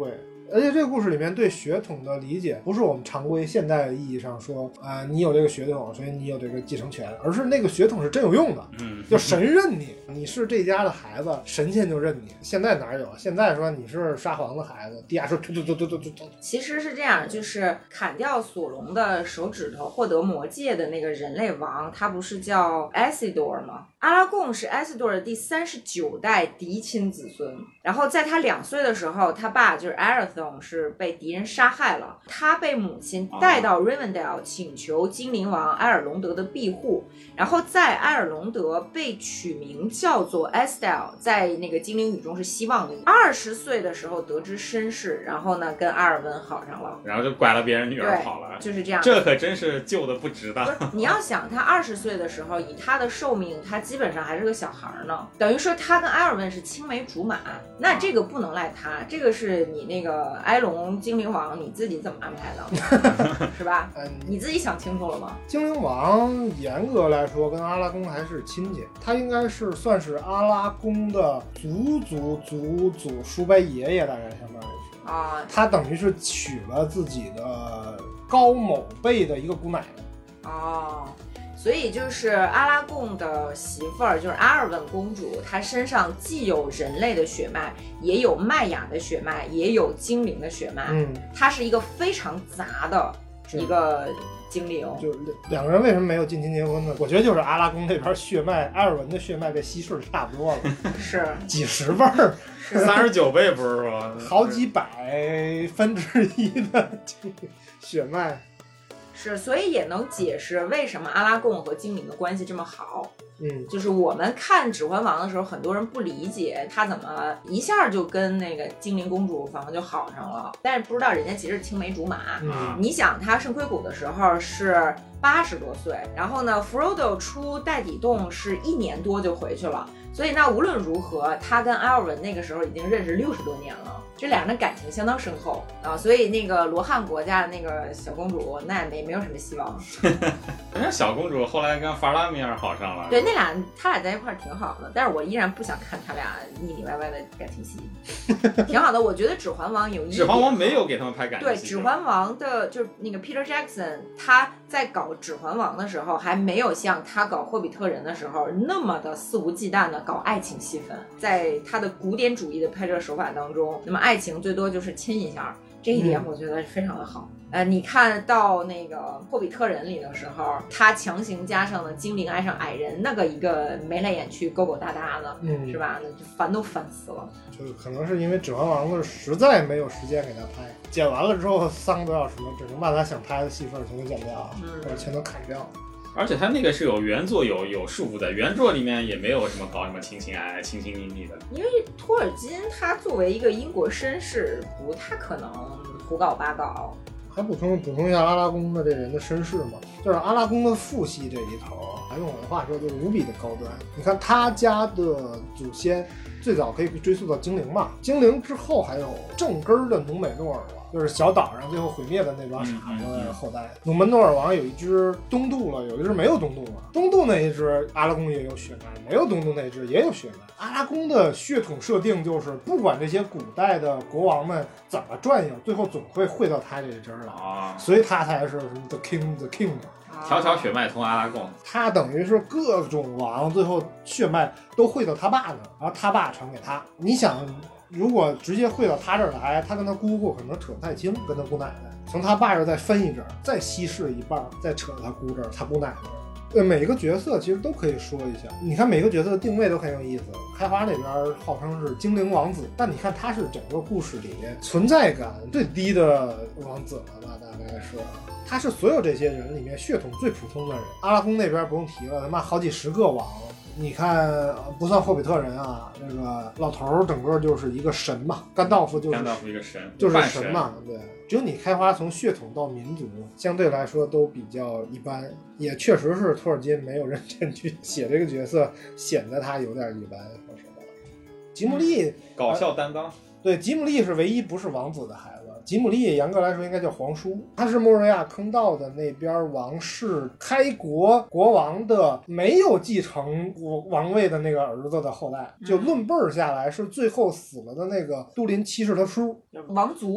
而且这个故事里面对血统的理解，不是我们常规现代意义上说你有这个血统，所以你有这个继承权，而是那个血统是真有用的，就神认你，你是这家的孩子，神仙就认你。现在哪有？现在说你是沙皇的孩子，地下说突。 其实是这样，就是砍掉索隆的手指头获得魔戒的那个人类王，他不是叫 Isildur 吗？阿拉贡是 Isildur 的第39代嫡亲子孙，然后在他2岁的时候，他爸就是 Arathorn 是被敌人杀害了，他被母亲带到 Rivendell 请求精灵王埃尔隆德的庇护，然后在埃尔隆德被取名叫做 Estelle， 在那个精灵语中是希望的意思。20岁的时候得知身世，然后呢跟阿尔文好上了， 然后就拐了别人女儿跑了， 就是这样。 这可真是救的不值当。 你要想他20岁的时候，以他的寿命，他基本上还是个小孩呢，等于说他跟埃尔文是青梅竹马，那这个不能赖他，这个是你那个埃隆精灵王你自己怎么安排的，是吧？你自己想清楚了吗？ 精灵王严格来说跟阿拉贡还是亲戚，他应该是算是阿拉贡的祖叔伯爷爷，大概相当于是啊， 他等于是娶了自己的高某辈的一个姑奶奶。 哦，所以就是阿拉贡的媳妇儿，就是阿尔文公主，她身上既有人类的血脉，也有麦雅的血脉，也有精灵的血脉。她是一个非常杂的一个精灵。 就两个人为什么没有近亲结婚呢？我觉得就是阿拉贡这边血脉，埃尔文的血脉跟稀释差不多了， 是几十辈儿 ，39倍不是说好几百分之一的血脉。 是，所以也能解释为什么阿拉贡和精灵的关系这么好。就是我们看《指环王》的时候，很多人不理解他怎么一下就跟那个精灵公主反正就好上了，但是不知道人家其实是青梅竹马。你想他圣盔谷的时候是80多岁，然后呢 Frodo 出袋底洞是1年多就回去了，所以那无论如何他跟埃尔文那个时候已经认识60多年了，这俩人的感情相当深厚啊，所以那个罗汉国家的那个小公主那也没有什么希望。 人家小公主后来跟法拉米尔好上了， 对，他俩在一块儿挺好的，但是我依然不想看他俩腻腻歪歪的感情戏。挺好的，我觉得《指环王》有一点， 指环王没有给他们拍感情戏。 对，《指环王》的就是那个 Peter Jackson， 他在搞《指环王》的时候，还没有像他搞《霍比特人》的时候那么的肆无忌惮的搞爱情戏份。在他的古典主义的拍摄手法当中，那么爱情最多就是亲一下，这一点我觉得非常的好。你看到那个《霍比特人》里的时候，他强行加上了精灵爱上矮人那个一个眉来眼去勾勾搭搭的，是吧？那就烦都烦死了。 就可能是因为《指环王》的实在没有时间给他拍，剪完了之后3个多小时，只能把他想拍的戏份全都剪掉，或者全都砍掉。 而且他那个是有原作有束缚在，原作里面也没有什么搞什么亲亲爱爱、亲亲密密的。 因为托尔金他作为一个英国绅士，不太可能胡搞八搞。 还补充一下阿拉贡的这人的身世嘛，就是阿拉贡的父系这一头，用我的话说就是无比的高端。你看他家的祖先最早可以追溯到精灵嘛，精灵之后还有正根的努美诺尔王，就是小岛上最后毁灭的那帮傻子的后代。努门诺尔王有一只东渡了，有一只没有东渡了。东渡那一只阿拉贡也有血脉，没有东渡那一只也有血脉。阿拉贡的血统设定就是，不管这些古代的国王们怎么转悠，最后总会汇到他这一支来，所以他才是什么 the king 条条血脉通阿拉贡， 他等于是各种王最后血脉都汇到他爸那，然后他爸传给他。你想，如果直接汇到他这儿来，他跟他姑姑可能扯不太清，跟他姑奶奶从他爸这儿再分一阵，再稀释一半，再扯到他姑这儿，他姑奶奶。每一个角色其实都可以说一下，你看每个角色的定位都很有意思。开花那边号称是精灵王子，但你看他是整个故事里存在感最低的王子了吧，大概是。他是所有这些人里面血统最普通的人。阿拉贡那边不用提了，他妈好几十个王，你看不算霍比特人啊，这个老头整个就是一个神嘛，甘道夫就是一个神， 就是神嘛，对。只有你开花从血统到民族相对来说都比较一般，也确实是托尔金没有认真去写这个角色，显得他有点一般。说实话，吉姆利搞笑担当， 对，吉姆利是唯一不是王子的孩子。吉姆利严格来说应该叫皇叔，他是莫瑞亚坑道的那边王室开国国王的没有继承王位的那个儿子的后代，就论辈儿下来是最后死了的那个都灵七世的叔， 王族。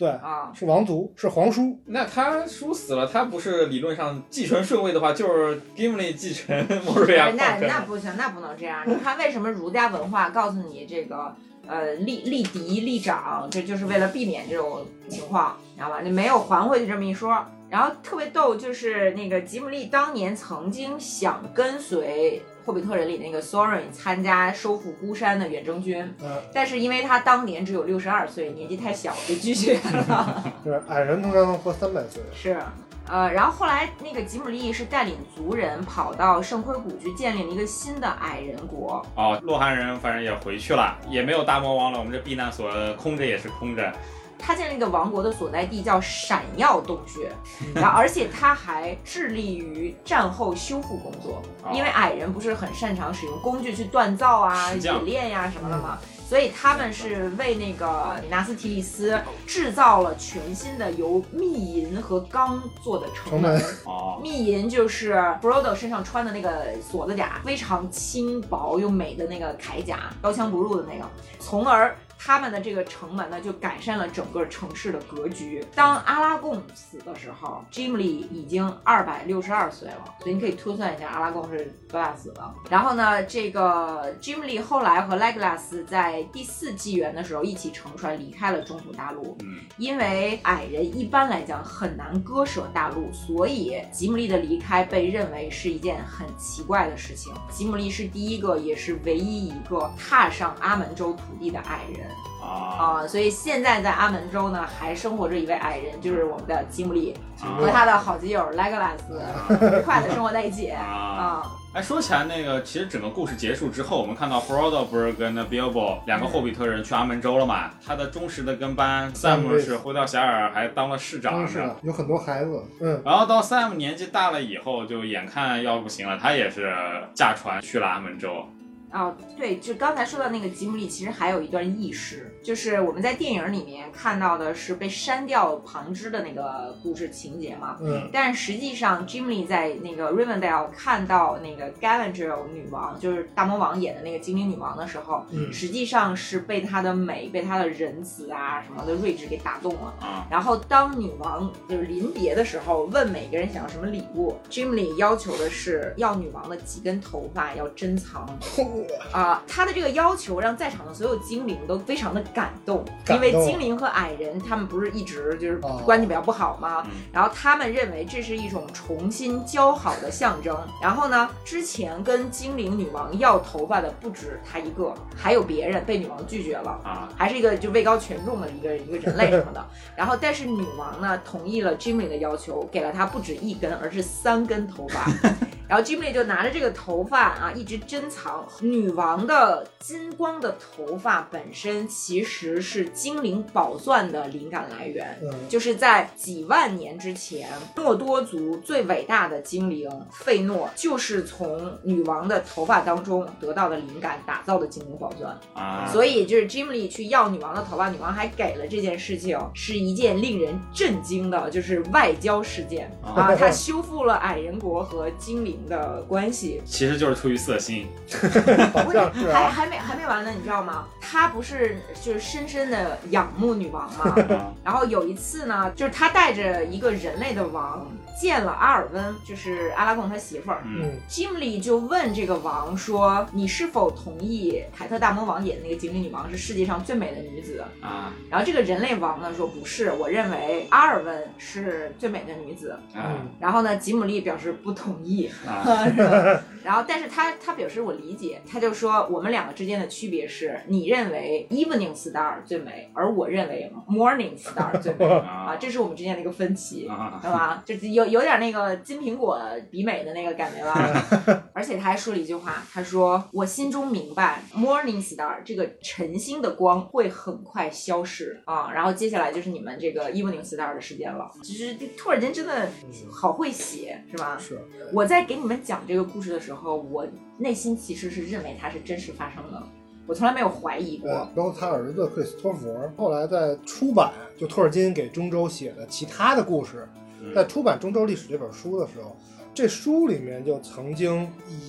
对啊， 是王族，是皇叔。 那他叔死了，他不是理论上继承顺位的话，就是 Gimli 继承莫瑞亚矿坑。 那不行，那不能这样。你看为什么儒家文化告诉你这个立嫡立长，这就是为了避免这种情况，你知道吧？你没有还回去这么一说。然后特别逗，就是那个吉姆利当年曾经想跟随霍比特人里那个 Thorin 参加收复孤山的远征军，但是因为他当年只有62岁，年纪太小，被拒绝了。 是矮人通常能活300岁。 是。然后后来那个吉姆利是带领族人跑到圣盔谷去建立了一个新的矮人国。 哦，洛汗人反正也回去了，也没有大魔王了，我们这避难所空着也是空着。 他建立的王国的所在地叫闪耀洞穴，然后而且他还致力于战后修复工作，因为矮人不是很擅长使用工具去锻造啊、冶炼呀什么的吗？所以他们是为那个纳斯提利斯制造了全新的由密银和钢做的城门。密银就是 Frodo 身上穿的那个锁子甲，非常轻薄又美的那个铠甲，刀枪不入的那个，从而他们的这个城门呢，就改善了整个城市的格局。当阿拉贡死的时候 ，Gimli 已经262岁了，所以你可以推算一下阿拉贡是多大死的。然后呢，这个 Gimli 后来和 Legolas 在第4纪元的时候一起乘船离开了中土大陆。因为矮人一般来讲很难割舍大陆，所以吉姆利的离开被认为是一件很奇怪的事情。吉姆利是第一个也是唯一一个踏上阿门州土地的矮人。所以现在在阿门州呢，还生活着一位矮人，就是我们的吉姆利和他的好基友 Legolas 愉快的生活在一起哎，说起来那个，其实整个故事结束之后，我们看到 Frodo 不是跟那 Bilbo 2个霍比特人去阿门州了嘛？他的忠实的跟班 Sam 是回到遐迩，还当了市长， 是的，有很多孩子。 然后到 Sam 年纪大了以后，就眼看要不行了，他也是驾船去了阿门州。 对，就刚才说到那个吉姆利，其实还有一段轶事，就是我们在电影里面看到的是被删掉旁支的那个故事情节嘛。但实际上吉姆利在那个 Rivendell 看到那个 Galadriel 女王，就是大魔王演的那个精灵女王的时候，实际上是被她的美、被她的仁慈啊什么的睿智给打动了。然后当女王就是临别的时候，问每个人想要什么礼物，吉姆利要求的是要女王的几根头发要珍藏。他的这个要求让在场的所有精灵都非常的感动，因为精灵和矮人他们不是一直就是关系比较不好吗？然后他们认为这是一种重新交好的象征。然后呢，之前跟精灵女王要头发的不止他一个，还有别人被女王拒绝了还是一个就位高权重的一个人类什么的。然后但是女王呢同意了 Gimli 的要求，给了他不止1根，而是3根头发。然后 Gimli 就拿着这个头发一直珍藏。女王的金光的头发本身其实是精灵宝钻的灵感来源，就是在几万年之前，诺多族最伟大的精灵费诺就是从女王的头发当中得到的灵感打造的精灵宝钻所以就是 Gimli 去要女王的头发，女王还给了这件事情，是一件令人震惊的就是外交事件他修复了矮人国和精灵的关系， 其实就是出于色心好像是还没完呢，你知道吗？他不是就是深深的仰慕女王吗？然后有一次呢，就是他带着一个人类的王见了阿尔温，就是阿拉贡他媳妇儿。Gimli 就问这个王说：“你是否同意凯特大魔王演的那个精灵女王是世界上最美的女子？”然后这个人类王呢说：“不是，我认为阿尔温是最美的女子。”然后呢，吉姆利表示不同意然后但是他表示我理解，他就说我们2个之间的区别是，你认为 Evening Star 最美，而我认为 Morning Star 最美这是我们之间的一个分歧，对吧？就有点那个金苹果比美的那个感觉吧。而且他还说了一句话，他说我心中明白 Morning Star 这个晨星的光会很快消逝然后接下来就是你们这个 Evening Star 的时间了。其实托尔金真的好会写，是吧？ 是。 我在给你们讲这个故事的时候，我内心其实是认为它是真实发生的，我从来没有怀疑过。 包括他儿子克里斯托弗后来在出版就托尔金给中州写的其他的故事，在出版中州历史这本书的时候，这书里面就曾经以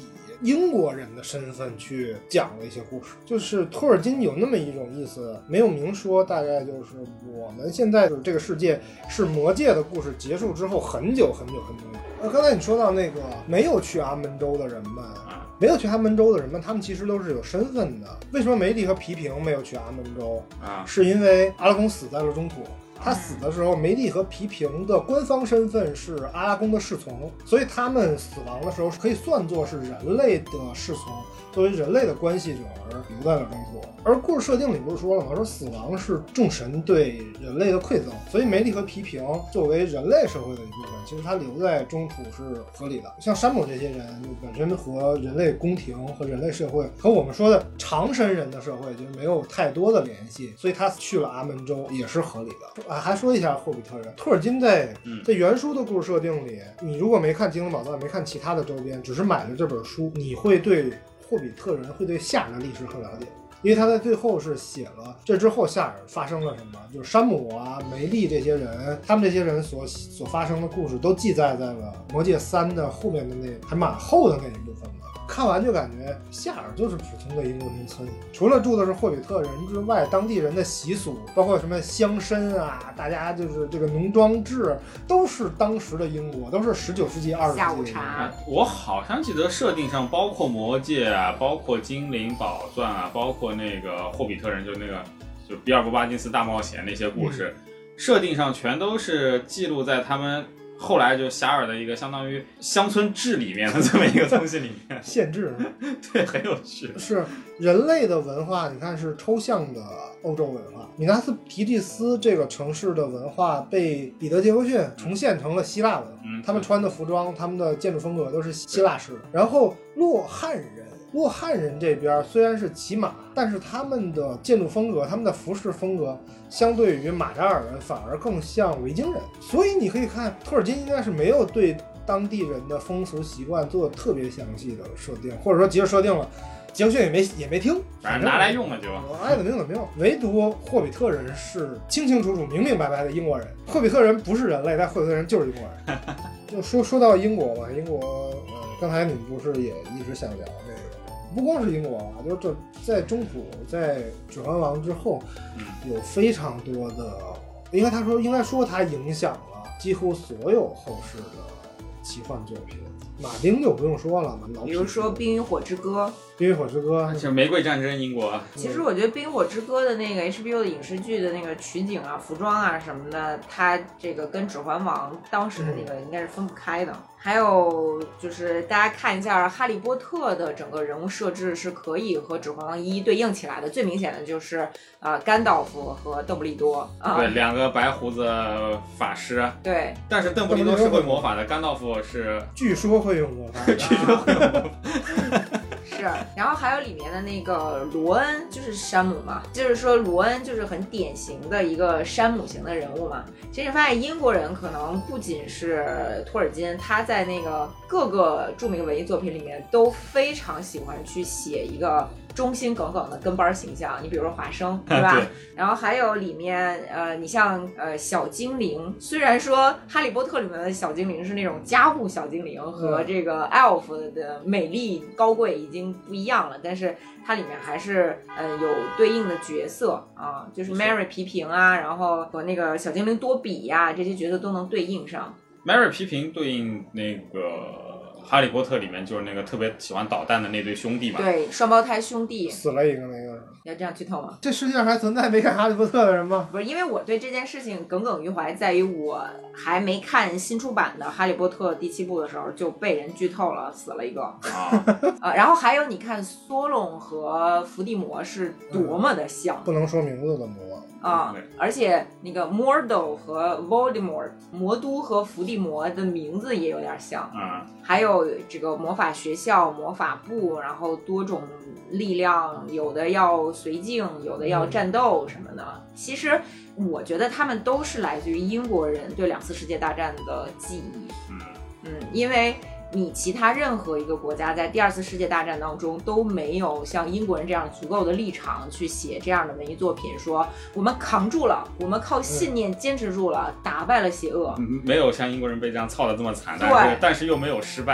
英国人的身份去讲了一些故事。就是托尔金有那么一种意思，没有明说，大概就是我们现在这个世界是魔戒的故事结束之后很久很久很久。刚才你说到那个没有去阿门州的人们，没有去阿门州的人们，他们其实都是有身份的。为什么梅丽和皮平没有去阿门州啊？是因为阿拉贡死在了中土。他死的时候，梅丽和皮平的官方身份是阿拉贡的侍从，所以他们死亡的时候可以算作是人类的侍从，作为人类的关系者而留在了中土。而故事设定里不是说了吗？说死亡是众神对人类的馈赠，所以梅丽和皮平作为人类社会的一部分，其实他留在中土是合理的。像山姆这些人本身和人类宫廷和人类社会和我们说的长身人的社会就是没有太多的联系，所以他去了阿门州也是合理的。还说一下霍比特人，托尔金在原书的故事设定里，你如果没看《精灵宝藏》，没看其他的周边，只是买了这本书，你会对霍比特人会对夏尔的历史很了解。因为他在最后是写了这之后夏尔发生了什么，就是山姆啊、梅丽这些人，他们这些人所发生的故事都记载在了《魔戒3》的后面的还蛮后的那一部分了。看完就感觉夏尔就是普通的英国农村，除了住的是霍比特人之外，当地人的习俗，包括什么乡绅啊，大家就是这个农庄制，都是当时的英国，都是19世纪、20世纪下午茶。 我好像记得设定上，包括魔戒啊，包括精灵宝钻啊，包括那个霍比特人，就比尔博巴金斯大冒险那些故事，设定上全都是记录在他们后来就夏尔的一个相当于乡村志里面的这么一个东西里面， 县志， 对，很有趣。 是人类的文化，你看是抽象的欧洲文化。米纳斯提蒂斯这个城市的文化被彼得杰克逊重现成了希腊文化，他们穿的服装、他们的建筑风格都是希腊式的。然后洛汉人这边虽然是骑马，但是他们的建筑风格、他们的服饰风格，相对于马扎尔人反而更像维京人。所以你可以看，托尔金应该是没有对当地人的风俗习惯做特别详细的设定，或者说即使设定了，杰克逊也没听， 反正拿来用了就爱怎么用怎么用。唯独霍比特人是清清楚楚、明明白白的英国人。霍比特人不是人类，但霍比特人就是英国人。就说到英国吧，英国，刚才你们不是也一直想聊这个？不光是英国啊，就这在中土，在指环王之后，有非常多的，应该说它影响了几乎所有后世的奇幻作品。马丁就不用说了嘛， 比如说《冰与火之歌》。 冰与火之歌是玫瑰战争英国。 其实我觉得《冰与火之歌》的那个 HBO 的影视剧的那个取景啊、服装啊什么的，它这个跟《指环王》当时的那个应该是分不开的。还有就是大家看一下《哈利波特》的整个人物设置是可以和《指环王》一对应起来的。最明显的就是甘道夫和邓布利多对，两个白胡子法师。 对， 但是邓布利多是会魔法的，甘道夫是据说会用魔法。 据说会用魔法。 是，然后还有里面的那个罗恩，就是山姆嘛，就是说罗恩就是很典型的一个山姆型的人物嘛。其实你发现英国人可能不仅是托尔金，他在那个各个著名文艺作品里面都非常喜欢去写一个忠心耿耿的跟班形象，你比如说华生，对吧？对。然后还有里面你像小精灵，虽然说哈利波特里面的小精灵是那种家务小精灵，和这个 elf 的美丽高贵已经不一样了，但是它里面还是有对应的角色啊，就是 Mary 皮平啊，然后和那个小精灵多比呀，这些角色都能对应上。 Mary 皮平对应那个哈利波特里面就是那个特别喜欢捣蛋的那对兄弟嘛， 对，双胞胎兄弟死了一个那个。 要这样剧透吗？ 这世界上还存在没看哈利波特的人吗？ 不是，因为我对这件事情耿耿于怀，在于我还没看新出版的哈利波特第7部的时候就被人剧透了，死了一个然后还有你看索隆和伏地魔是多么的像， 不能说名字的魔而且那个 Mordor 和 Voldemort 魔都和伏地魔的名字也有点像还有这个魔法学校、魔法部，然后多种力量，有的要绥靖，有的要战斗什么的。其实我觉得他们都是来自于英国人对2次世界大战的记忆。因为你其他任何一个国家在第2次世界大战当中都没有像英国人这样足够的立场去写这样的文艺作品，说我们扛住了，我们靠信念坚持住了，打败了邪恶。 没有像英国人被这样操得这么惨，但是又没有失败。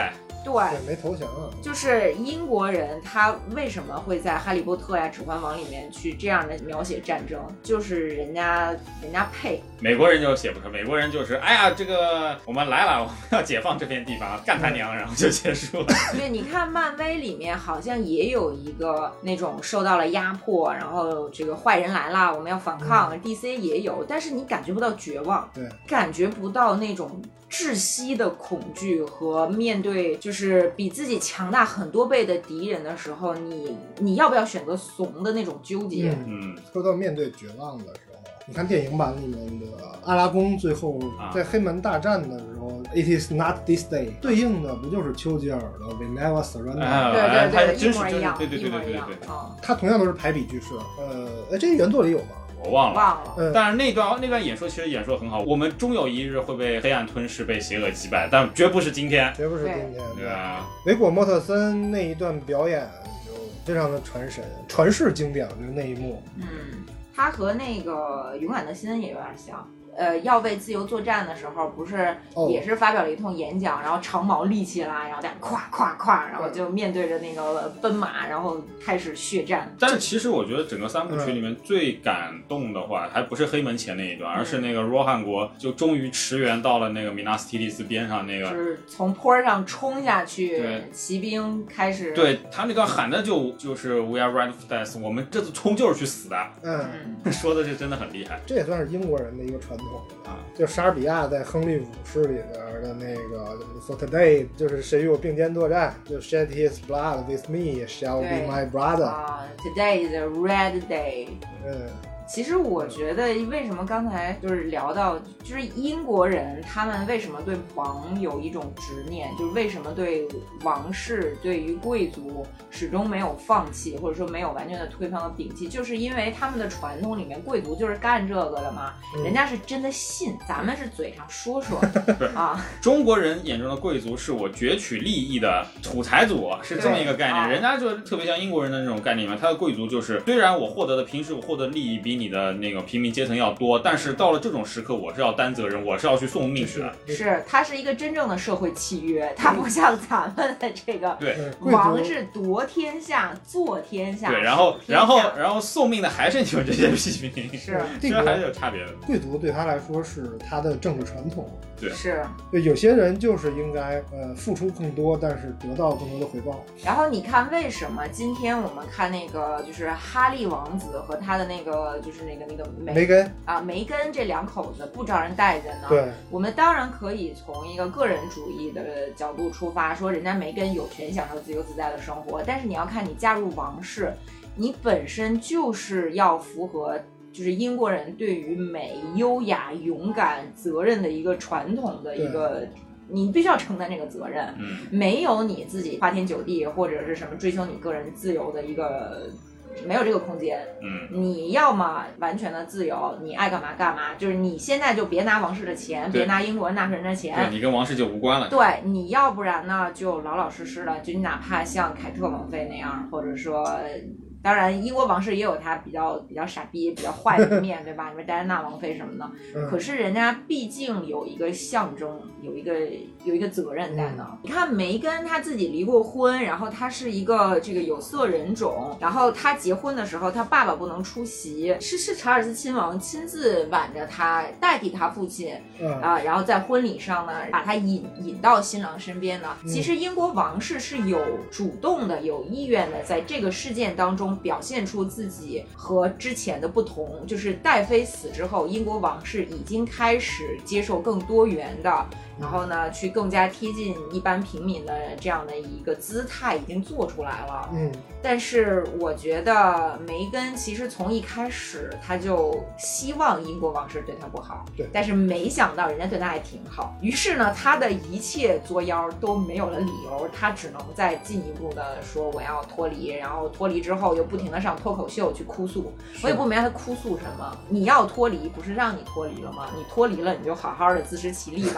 对， 没头衔啊。 就是英国人他为什么会在哈利波特呀指环王里面去这样的描写战争，就是人家配。 美国人就写不出，美国人就是哎呀这个我们来了，我们要解放这片地方，干他娘，然后就结束了。 对，你看漫威里面好像也有一个那种受到了压迫，然后这个坏人来了我们要反抗，DC 也有，但是你感觉不到绝望， 对， 感觉不到那种窒息的恐惧和面对就是比自己强大很多倍的敌人的时候，你要不要选择怂的那种纠结。 说到面对绝望的时候，你看电影版里面的阿拉贡最后在黑门大战的时候，It is not this day， 对应的不就是丘吉尔的 We never surrender？ 对对对， 一模一样， 对， 它同样都是排比句式。这个原作里有吗？ 我忘了。但是那段演说其实演说很好，我们终有一日会被黑暗吞噬，被邪恶击败，但绝不是今天， 绝不是今天， 对吧？ 维果莫特森那一段表演就非常的传神，传世经典，就是那一幕。 他和那个勇敢的心也有点像。要为自由作战的时候，不是也是发表了一通演讲，然后长矛立起来，然后在咵咵咵，然后就面对着那个奔马，然后开始血战。 但是其实我觉得整个三部曲里面最感动的话，还不是黑门前那一段，而是那个若汉国就终于驰援到了那个米纳斯提利斯边上那个， 就是从坡上冲下去，骑兵开始。 对他那段喊的就是 We are ready for death， 我们这次冲就是去死的。说的是真的很厉害。 这也算是英国人的一个传统。就莎士比亚在《亨利五世》里边的那个 For today， 就是谁与我并肩作战，就 Shed his blood with me shall be my brother。 Today is a red day。其实我觉得为什么刚才就是聊到就是英国人他们为什么对王有一种执念，就是为什么对王室对于贵族始终没有放弃，或者说没有完全的推翻和摒弃，就是因为他们的传统里面贵族就是干这个的嘛，人家是真的信，咱们是嘴上说说啊。 中国人眼中的贵族是我攫取利益的土财主，是这么一个概念，人家就特别像英国人的那种概念嘛，他的贵族就是虽然我平时我获得利益比你的那个平民阶层要多，但是到了这种时刻我是要担责任，我是要去送命去的。 是，它是一个真正的社会契约，它不像咱们的这个王是夺天下做天下。 对，然后送命的还是你们这些屁民， 是这还是有差别的。 贵族对他来说是他的政治传统。 对， 是对，有些人就是应该付出更多，但是得到更多的回报。 然后你看为什么今天我们看那个就是哈利王子和他的那个就是那个梅根这两口子不招人待见呢？ 对， 我们当然可以从一个个人主义的角度出发，说人家梅根有权享受自由自在的生活，但是你要看你加入王室，你本身就是要符合就是英国人对于美、优雅、勇敢、责任的一个传统的一个，你必须要承担这个责任。没有你自己花天酒地或者是什么追求你个人自由的一个，没有这个空间。你要么完全的自由，你爱干嘛干嘛，就是你现在就别拿王室的钱，别拿英国纳税人的钱， 对，你跟王室就无关了。 对，你要不然呢就老老实实的，就你哪怕像凯特王妃那样，或者说当然英国王室也有他比较傻逼比较坏的一面对吧，你说戴安娜王妃什么的，可是人家毕竟有一个象征，有一个责任在那。你看梅根他自己离过婚，然后他是一个这个有色人种，然后他结婚的时候他爸爸不能出席，是查尔斯亲王亲自挽着他代替他父亲然后在婚礼上呢把他引到新郎身边呢。其实英国王室是有主动的有意愿的在这个事件当中表现出自己和之前的不同，就是戴妃死之后，英国王室已经开始接受更多元的，然后呢去更加贴近一般平民的这样的一个姿态已经做出来了。但是我觉得梅根其实从一开始他就希望英国王室对他不好， 对， 但是没想到人家对他还挺好，于是呢他的一切作妖都没有了理由，他只能再进一步的说我要脱离，然后脱离之后又不停的上脱口秀去哭诉。我也不明白他哭诉什么，你要脱离不是让你脱离了吗？你脱离了你就好好的自食其力吧行不行？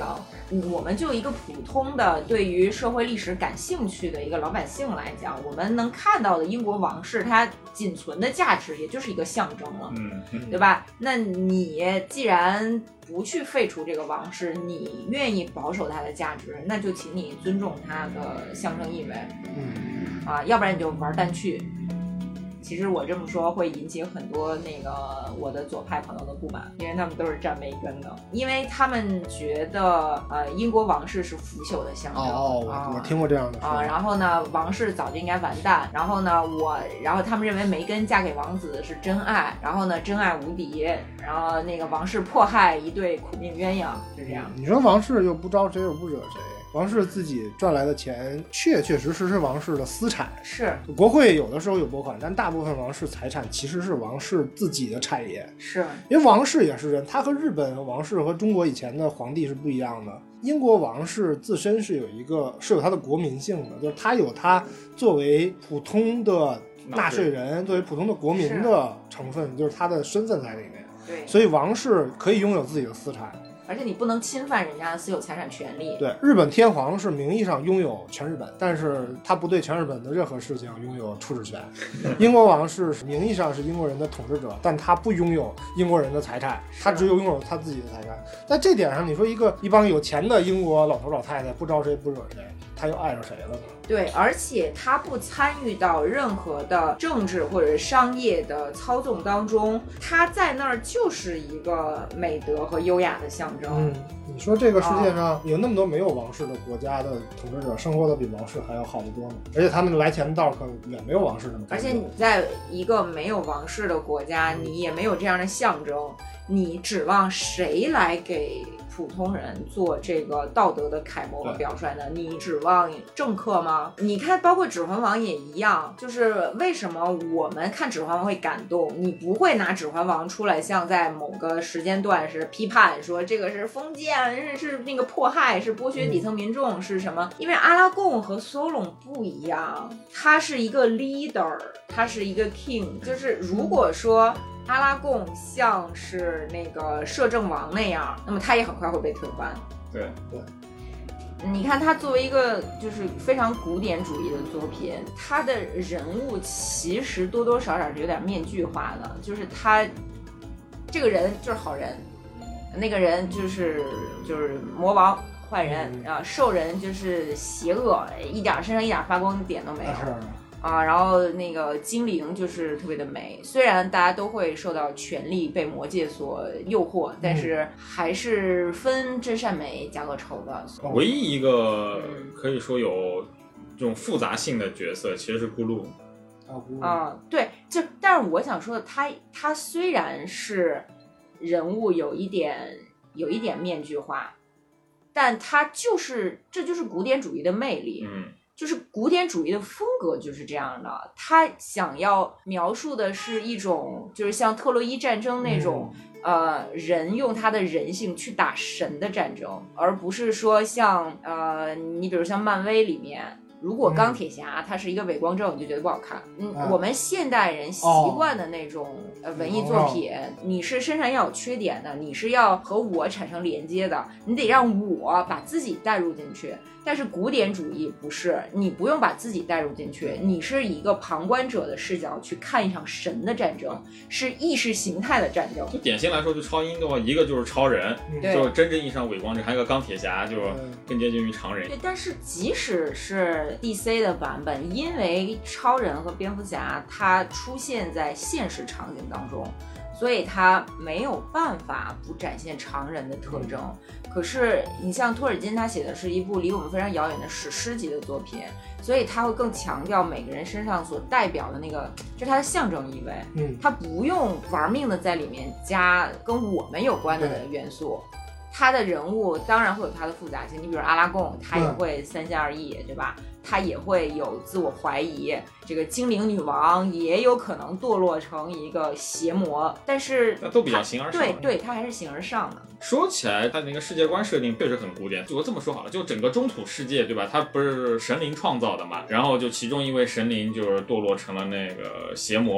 我们就一个普通的对于社会历史感兴趣的一个老百姓来讲，我们能看到的英国王室它仅存的价值也就是一个象征了，对吧？那你既然不去废除这个王室，你愿意保守它的价值，那就请你尊重它的象征意味，要不然你就玩蛋去。其实我这么说会引起很多我的左派朋友的不满，因为他们都是站梅根的，因为他们觉得英国王室是腐朽的象征。 我听过这样的说然后呢，王室早就应该完蛋。然后他们认为梅根嫁给王子是真爱，然后呢真爱无敌，然后王室迫害一对苦命鸳鸯，就这样。 你说王室又不招谁又不惹谁。王室自己赚来的钱确实是王室的私产， 是国会有的时候有拨款，但大部分王室财产其实是王室自己的产业。 是因为王室也是人，他和日本王室和中国以前的皇帝是不一样的。英国王室自身是有它的国民性的，就是它有它作为普通的纳税人、作为普通的国民的成分，就是它的身份在里面。 对， 所以王室可以拥有自己的私产。 而且你不能侵犯人家的私有财产权利。 对，日本天皇是名义上拥有全日本，但是他不对全日本的任何事情拥有处置权。英国王室名义上是英国人的统治者，但他不拥有英国人的财产，他只有拥有他自己的财产。在这点上，你说一帮有钱的英国老头老太太不招谁不惹谁，他又碍着谁了呢？ 对，而且他不参与到任何的政治或者商业的操纵当中，他在那儿就是一个美德和优雅的象征。 你说这个世界上有那么多没有王室的国家的统治者，生活的比王室还要好得多呢，而且他们来钱的道可远没有王室那么高。 而且你在一个没有王室的国家，你也没有这样的象征，你指望谁来给普通人做这个道德的楷模和表率呢？你指望政客吗？你看包括指环王也一样，就是为什么我们看指环王会感动，你不会拿指环王出来像在某个时间段是批判说这个是封建，是那个迫害，是剥削底层民众，是什么？因为阿拉贡和索隆不一样，他是一个 leader， 他是一个 king， 就是如果说阿拉贡像是那个摄政王那样，那么他也很快会被推翻。 对， 你看他作为一个就是非常古典主义的作品，他的人物其实多多少少是有点面具化的，就是他这个人就是好人，那个人就是魔王坏人兽人就是邪恶，身上一点发光点都没有。然后那个精灵就是特别的美，虽然大家都会受到权力被魔界所诱惑，但是还是分真善美假恶丑的。 唯一一个可以说有这种复杂性的角色其实是咕噜。 对，但是我想说的，他虽然是人物有一点面具化，但这就是古典主义的魅力。就是古典主义的风格就是这样的，他想要描述的是一种就是像特洛伊战争那种人用他的人性去打神的战争，而不是说像你比如像漫威里面，如果钢铁侠他是一个伪光正，你就觉得不好看。我们现代人习惯的那种文艺作品，你是身上要有缺点的，你是要和我产生连接的，你得让我把自己带入进去。但是古典主义不是，你不用把自己带入进去，你是以一个旁观者的视角去看一场神的战争，是意识形态的战争。 就典型来说，就超英的话，一个就是超人，就真正意义上伪光正，还有一个钢铁侠，就更接近于常人。 对，但是即使是 DC 的版本，因为超人和蝙蝠侠它出现在现实场景当中，所以他没有办法不展现常人的特征。可是你像托尔金，他写的是一部离我们非常遥远的史诗级的作品，所以他会更强调每个人身上所代表的那个，就是他的象征意味。他不用玩命的在里面加跟我们有关的元素。他的人物当然会有他的复杂性，你比如阿拉贡，他也会三心二意，对吧？他也会有自我怀疑，这个精灵女王也有可能堕落成一个邪魔，但是那都比较形而上。 对，他还是形而上的。 说起来，他那个世界观设定确实很古典。就我这么说好了，就整个中土世界，对吧？它不是神灵创造的嘛，然后就其中一位神灵就是堕落成了那个邪魔嘛。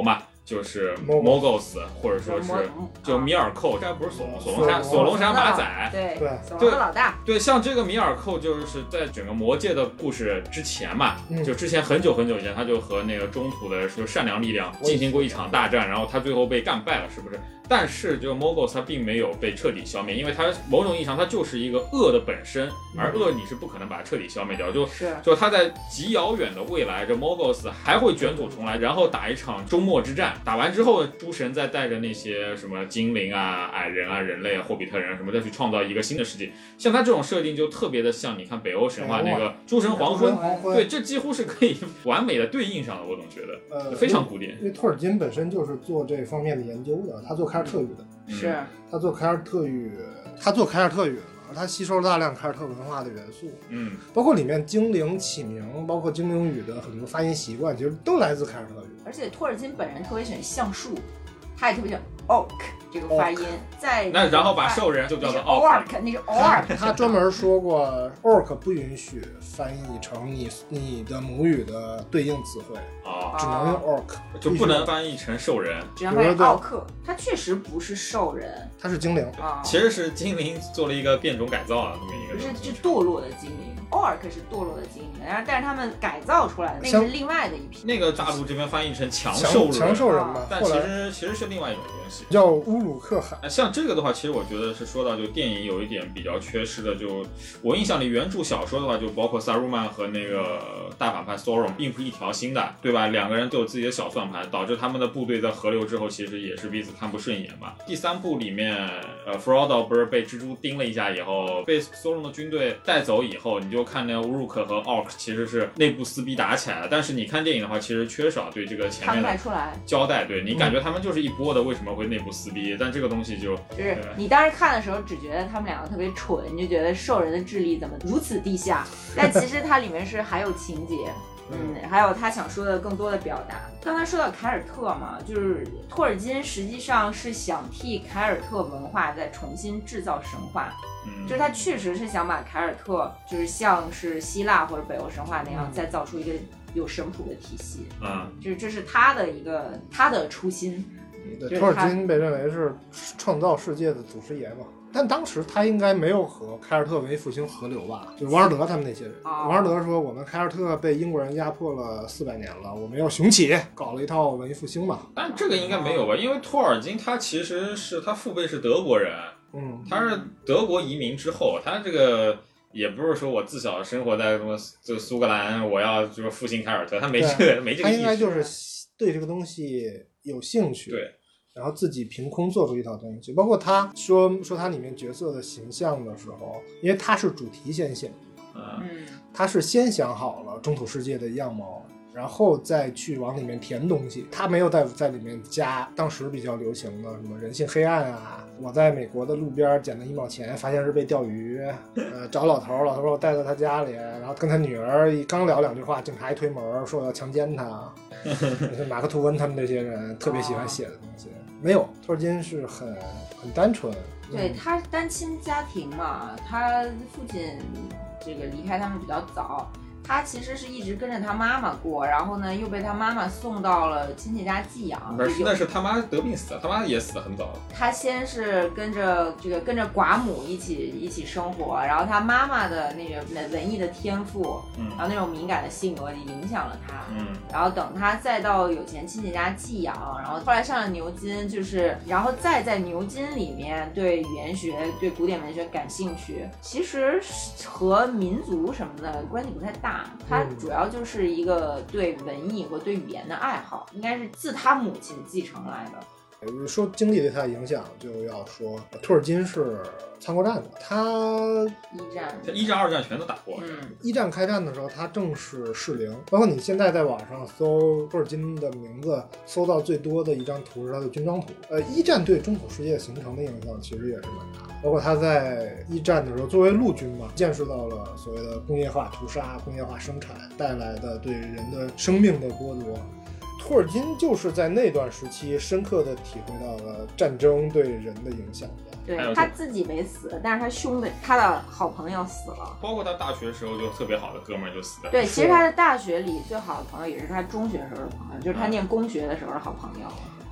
就是 Mogos 或者说是就米尔寇，这还不是索隆杀马仔， 对，索隆的老大。 对，像这个米尔寇就是在整个魔戒的故事之前嘛，就之前很久以前，他就和那个中土的就善良力量进行过一场大战，然后他最后被干败了，是不是？但是就 Mogos 他并没有被彻底消灭，因为他某种意义上他就是一个恶的本身，而恶你是不可能把它彻底消灭掉，就他在极遥远的未来，这 Mogos 还会卷土重来，然后打一场终末之战，打完之后诸神再带着那些什么精灵啊、矮人啊、人类啊、霍比特人啊什么再去创造一个新的世界。像他这种设定就特别的像你看北欧神话那个诸神黄昏，对，这几乎是可以完美的对应上的，我总觉得非常古典。 因为托尔金本身就是做这方面的研究的，他做凯尔特语的， 是他做凯尔特语他吸收了大量凯尔特文化的元素，包括里面精灵起名，包括精灵语的很多发音习惯，其实都来自凯尔特语。 而且托尔金本人特别喜欢橡树，他也特别喜欢 orc 这个发音，在那然后把兽人就叫做 orc， 那是 orc。 他专门说过 orc 不允许翻译成你的母语的对应词汇，只能用 orc， 就不能翻译成兽人， 只能翻译奥克。他确实不是兽人， 他是精灵， 其实是精灵做了一个变种改造啊，这么一个是堕落的精灵。orc 是堕落的精灵，但是他们改造出来的那是另外的一批。 那个大陆这边翻译成强兽人嘛， 但其实是另外一种东西， 叫乌鲁克海。 像这个的话，其实我觉得是说到就电影有一点比较缺失的，就我印象里原著小说的话，就包括萨鲁曼和那个大反派 Sauron 并不是一条心的，对吧？两个人都有自己的小算盘，导致他们的部队在河流之后，其实也是彼此看不顺眼嘛。第3部里面Frodo 不是被蜘蛛叮了一下以后，被 Sauron 的军队带走以后，你就看那个乌鲁克和 Orc 其实是内部撕逼打起来了，但是你看电影的话，其实缺少对这个前面的交代，对你感觉他们就是一波的，为什么会内部撕逼？但这个东西就是你当时看的时候只觉得他们两个特别蠢，你就觉得兽人的智力怎么如此低下，但其实它里面是还有情节。还有他想说的更多的表达。刚才说到凯尔特嘛，就是托尔金实际上是想替凯尔特文化再重新制造神话，就是他确实是想把凯尔特就是像是希腊或者北欧神话那样再造出一个有神谱的体系，就是这是他的初心。 对，托尔金被认为是创造世界的祖师爷嘛。但当时他应该没有和凯尔特文艺复兴合流吧？就王尔德他们那些人。王尔德说，我们凯尔特被英国人压迫了400年了，我们要雄起，搞了一套文艺复兴嘛。 但这个应该没有吧？因为托尔金他其实是他父辈是德国人，他是德国移民之后，他这个也不是说我自小生活在什么这苏格兰，我要就是复兴凯尔特，他没这个意识。 他应该就是对这个东西有兴趣。 对。 然后自己凭空做出一套东西，包括他说他里面角色的形象的时候，因为他是主题先写的，他是先想好了中土世界的样貌，然后再去往里面填东西。他没有在里面加当时比较流行的什么人性黑暗啊，我在美国的路边捡了1毛钱，发现是被钓鱼，找老头把我带到他家里，然后跟他女儿刚聊2句话，警察一推门说我要强奸他。马克吐温他们这些人特别喜欢写的东西。没有，托尔金是很单纯。 对，他单亲家庭嘛，他父亲这个离开他们比较早，他其实是一直跟着他妈妈过，然后呢又被他妈妈送到了亲戚家寄养。 那是他妈得病死了，他妈也死得很早。 他先是跟着寡母一起生活，然后他妈妈的那个文艺的天赋，然后那种敏感的性格也影响了他。然后等他再到有钱亲戚家寄养，然后后来上了牛津，然后再在牛津里面对语言学、对古典文学感兴趣，其实和民族什么的关系不太大。他主要就是一个对文艺和对语言的爱好，应该是自他母亲继承来的。 说经济对他的影响，就要说托尔金是参过战的，他一战、2战全都打过。 1战开战的时候，他正是适龄，包括你现在在网上搜托尔金的名字，搜到最多的一张图是他的军装图。1战对中土世界形成的影响其实也是蛮大的，包括他在1战的时候作为陆军嘛，见识到了所谓的工业化屠杀、工业化生产带来的对人的生命的剥夺。托尔金就是在那段时期深刻地体会到了战争对人的影响的。 对，他自己没死，但是他的好朋友死了， 包括他大学时候就特别好的哥们就死了。 对，其实他的大学里最好的朋友也是他中学时候的朋友，就是他念工学的时候的好朋友。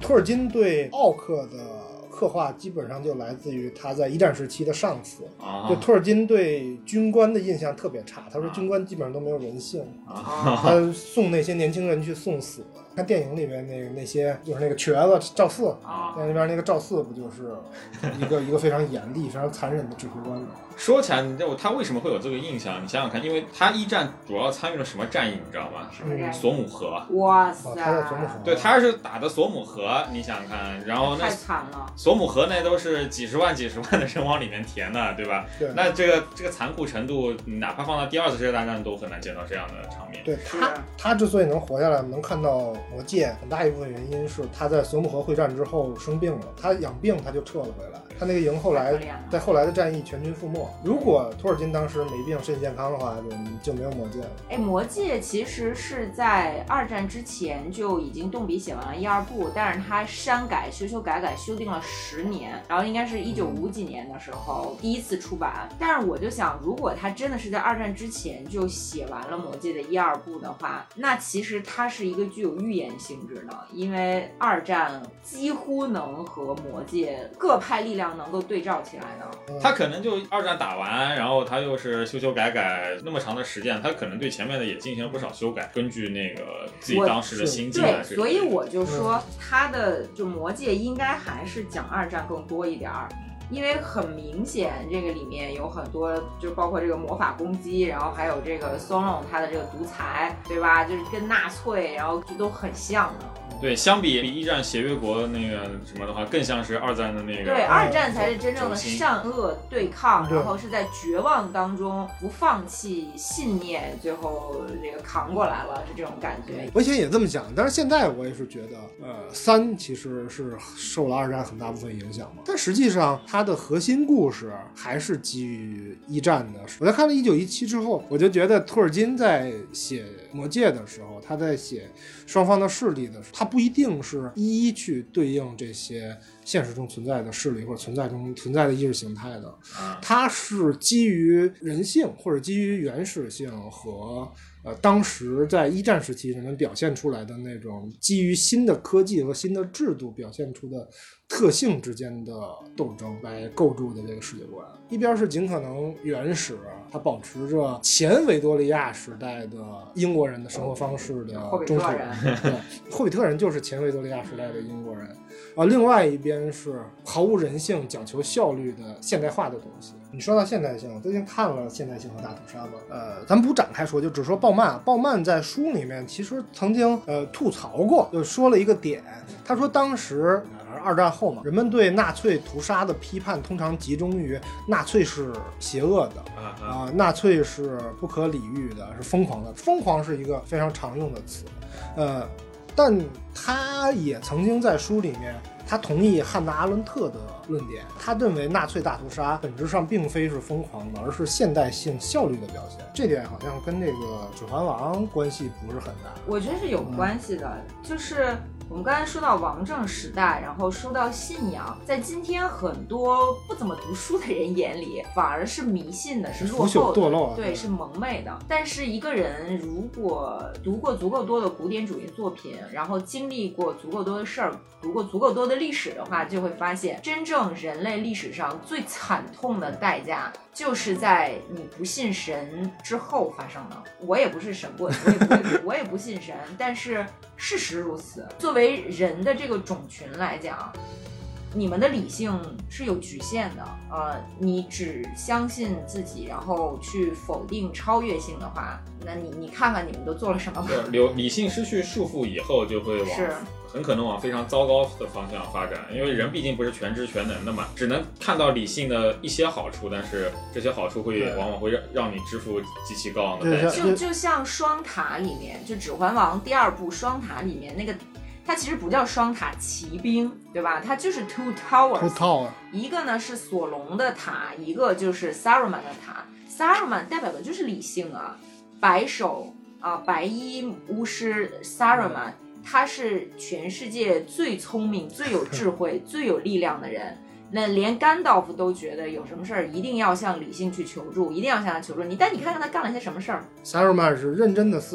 托尔金对奥克的刻画基本上就来自于他在一战时期的上司。就托尔金对军官的印象特别差，他说军官基本上都没有人性，他送那些年轻人去送死。看电影里面那些就是那个瘸子赵四，那边那个赵四不就是一个非常严厉、非常残忍的指挥官吗？ 说起来，他为什么会有这个印象？你想想看，因为他一战主要参与了什么战役，你知道吗？ 什么战役？ 索姆河。 哇塞！ 他在索姆河。 对，他是打的索姆河，你想想看，然后那太惨了。 索姆河那都是几十万的人往里面填的，对吧？ 对。 那这个残酷程度，哪怕放到第二次世界大战都很难见到这样的场面。 对他之所以能活下来，能看到魔戒，很大一部分原因是他在索姆河会战之后生病了，他养病他就撤了回来。他那个营后来在后来的战役全军覆没。如果托尔金当时没病身体健康的话，就没有魔戒了。 魔戒其实是在2战之前就已经动笔写完了1、2部，但是他删改修改修订了10年，然后应该是1950几年的时候第一次出版。但是我就想，如果他真的是在2战之前就写完了魔戒的1、2部的话，那其实它是一个具有预言性质的，因为2战几乎能和魔戒各派力量能够对照起来的。 他可能就2战打完，然后他又是修改那么长的时间，他可能对前面的也进行了不少修改，根据那个自己当时的心境对，所以我就说他的就魔戒应该还是讲2战更多一点儿。因为很明显这个里面有很多就包括这个魔法攻击，然后还有这个松隆他的这个独裁，对吧，就是跟纳粹然后就都很像的。 对，相比1战协约国那个什么的话，更像是2战的那个。 对，2战才是真正的善恶对抗，然后是在绝望当中不放弃信念，最后这个扛过来了，是这种感觉。 我以前也这么想，但是现在我也是觉得，3其实是受了2战很大部分影响嘛，但实际上它的核心故事还是基于1战的。我在看了1917之后，我就觉得托尔金在写魔戒的时候，他在写双方的势力的时候，他不一定是一一去对应这些现实中存在的势力或者存在的意识形态的，它是基于人性或者基于原始性和当时在1战时期人们表现出来的那种基于新的科技和新的制度表现出的特性之间的斗争来构筑的这个世界观。一边是尽可能原始，它保持着前维多利亚时代的英国人的生活方式的中土人，对，霍比特人就是前维多利亚时代的英国人。另外一边是毫无人性、讲求效率的现代化的东西。你说到现代性，我最近看了《现代性和大屠杀》嘛，咱不展开说，就只说鲍曼在书里面其实曾经吐槽过，就说了一个点，他说当时2战后嘛，人们对纳粹屠杀的批判通常集中于纳粹是邪恶的纳粹是不可理喻的，是疯狂的。疯狂是一个非常常用的词，但他也曾经在书里面，他同意汉娜·阿伦特的论点，他认为纳粹大屠杀本质上并非是疯狂的，而是现代性效率的表现。这点好像跟这个《指环王》关系不是很大。 我觉得是有关系的，就是我们刚才说到王政时代，然后说到信仰，在今天很多不怎么读书的人眼里，反而是迷信的，是落后的， 堕落， 对，是蒙昧的。但是一个人如果读过足够多的古典主义作品，然后经历过足够多的事儿，读过足够多的历史的话，就会发现，真正人类历史上最惨痛的代价，就是在你不信神之后发生的。我也不是神棍，我也不信神，但是事实如此。作为人的这个种群来讲，你们的理性是有局限的，你只相信自己，然后去否定超越性的话，那你看看你们都做了什么吧。 理性失去束缚以后，就会很可能往非常糟糕的方向发展，因为人毕竟不是全知全能的嘛，只能看到理性的一些好处，但是这些好处往往会让你支付极其高昂的代价。 就像双塔里面，就《指环王》第2部双塔里面那个，它其实不叫双塔骑兵，对吧？它就是 two towers， 一个呢是索隆的塔，一个就是 Saruman 的塔。Saruman 代表的就是理性啊，白手白衣巫师 Saruman， 他是全世界最聪明、最有智慧、最有力量的人。那连甘道夫都觉得有什么事儿一定要向理性去求助，一定要向他求助。但你看看他干了些什么事儿。 萨鲁曼是认真的思考了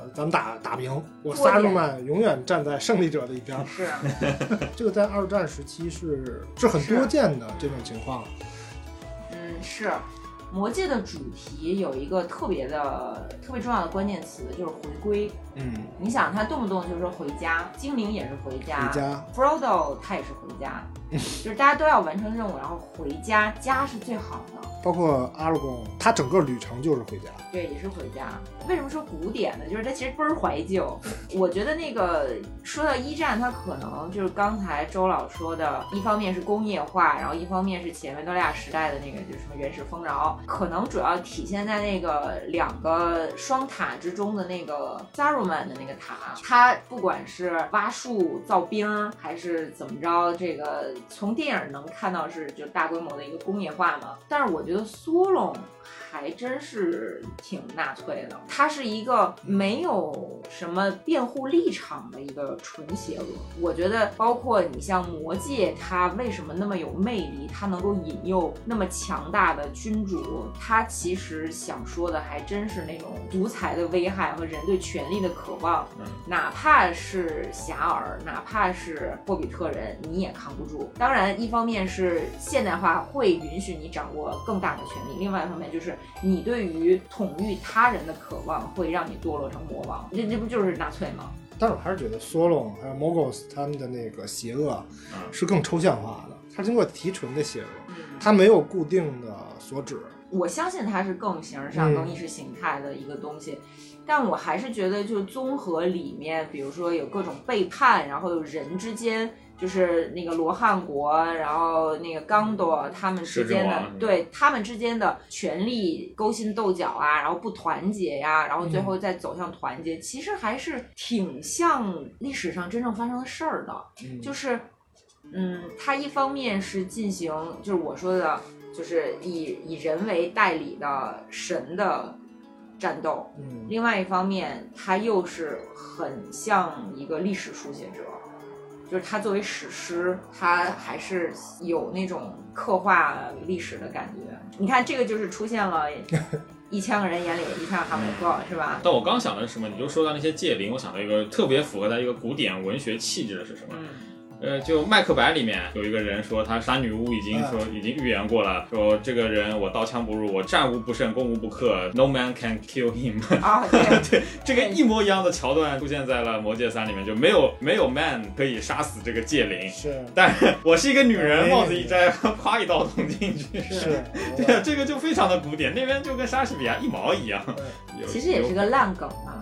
咱们打平，我萨鲁曼永远站在胜利者的一边。 是， 这个在二战时期是很多见的这种情况。 是。魔戒的主题有一个特别重要的关键词，就是回归。你想他动不动就说回家，精灵也是回家，Frodo 他也是回家，就是大家都要完成任务，然后回家，家是最好的。 包括阿鲁贡，他整个旅程就是回家。 对，也是回家。为什么说古典呢？就是它其实倍儿怀旧。我觉得那个说到一战，它可能就是刚才周老说的，一方面是工业化，然后一方面是前维多利亚时代的那个就是什么原始丰饶，可能主要体现在那个两个双塔之中的那个 Saruman 的那个塔，它不管是挖树造兵还是怎么着，这个从电影能看到是就大规模的一个工业化嘛。但是我觉得索隆还真是挺纳粹的，他是一个没有什么辩护立场的一个纯邪恶。我觉得包括你像魔戒，它为什么那么有魅力，它能够引诱那么强大的君主，他其实想说的还真是那种独裁的危害和人对权力的渴望。哪怕是遐迩，哪怕是霍比特人，你也扛不住。当然一方面是现代化会允许你掌握更大的权力，另外一方面就是你对于统御他人的渴望会让你堕落成魔王，这不就是纳粹吗？ 但是我还是觉得索隆还有 Mogos 他们的那个邪恶是更抽象化的，他经过提纯的邪恶，他没有固定的所指。 我相信它是更形而上、更意识形态的一个东西，但我还是觉得就综合里面，比如说有各种背叛，然后有人之间。就是那个罗汉国，然后那个刚多他们之间的，对他们之间的权力勾心斗角啊，然后不团结呀，然后最后再走向团结，其实还是挺像历史上真正发生的事儿的。就是它一方面是进行，就是我说的，就是以人为代理的神的战斗，另外一方面它又是很像一个历史书写者。就是它作为史诗，它还是有那种刻画历史的感觉。你看，这个就是出现了1000个人眼里1000个哈姆雷特，是吧？ 但我刚想的是什么？你就说到那些戒灵，我想到一个特别符合它一个古典文学气质的是什么？就麦克白里面有一个人说他女巫已经预言过了，说这个人我刀枪不入，我战无不胜，攻无不克 ，No man can kill him。对，这个一模一样的桥段出现在了魔戒3里面，就没有 man 可以杀死这个戒灵。 是， 但是我是一个女人，帽子一摘，啪一刀捅进去。 是， 对，这个就非常的古典，那边就跟莎士比亚一毛一样。 其实也是个烂梗啊。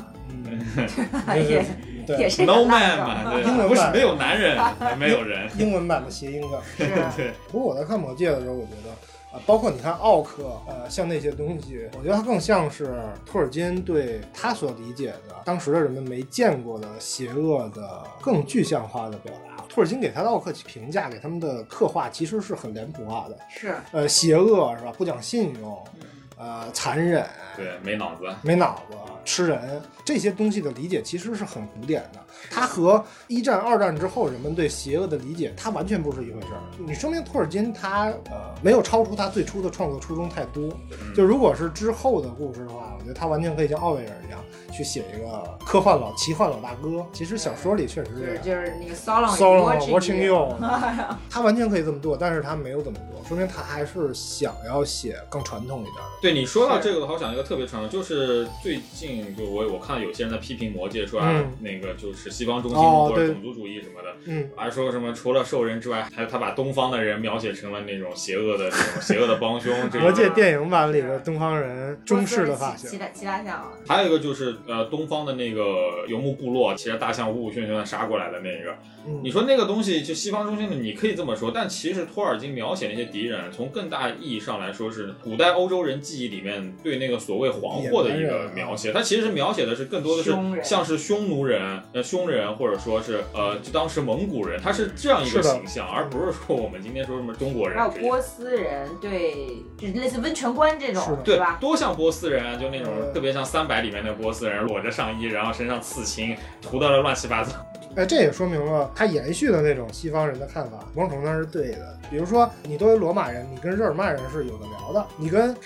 也是 No man 嘛，对，不是没有男人，没有人。 英文版的谐音梗。 是。 对。 不过我在看魔戒的时候，我觉得包括你看奥克，像那些东西，我觉得它更像是托尔金对他所理解的当时的人们没见过的邪恶的更具象化的表达。托尔金给他的奥克评价，给他们的刻画其实是很脸谱化的。 是。 邪恶是吧？不讲信用。残忍， 对，没脑子， 吃人，这些东西的理解其实是很古典的。它和1战、2战之后人们对邪恶的理解，它完全不是一回事儿。你说明托尔金他没有超出他最初的创作初衷太多。就如果是之后的故事的话，我觉得他完全可以像奥威尔一样去写一个奇幻老大哥。其实小说里确实是就是那个 Sauron watching you， 他完全可以这么做，但是他没有这么做，说明他还是想要写更传统一点的。 对，你说到这个的话，我想一个特别传统，就是最近就我看到有些人在批评魔戒，说那个就是西方中心或者种族主义什么的，还说什么除了兽人之外，还有他把东方的人描写成了那种邪恶的帮凶。 魔戒电影版里的东方人中式的发型， 骑大象。 还有一个就是东方的那个游牧部落骑着大象呜呜喧喧的杀过来的那个，你说那个东西就西方中心的，你可以这么说，但其实托尔金描写那些敌人，从更大意义上来说是古代欧洲人记忆里面对那个所谓黄祸的一个描写，它其实是描写的是更多的是像是匈奴人、匈人，或者说是就当时蒙古人，它是这样一个形象，而不是说我们今天说什么中国人。 还有波斯人，对，就是类似温泉关这种， 对吧？ 多像波斯人，就那种特别像300里面的波斯人，裸着上衣，然后身上刺青，涂到了乱七八糟。 这也说明了他延续的那种西方人的看法，某种程度上是对的。比如说，你作为罗马人，你跟日耳曼人是有的聊的；你跟凯尔特人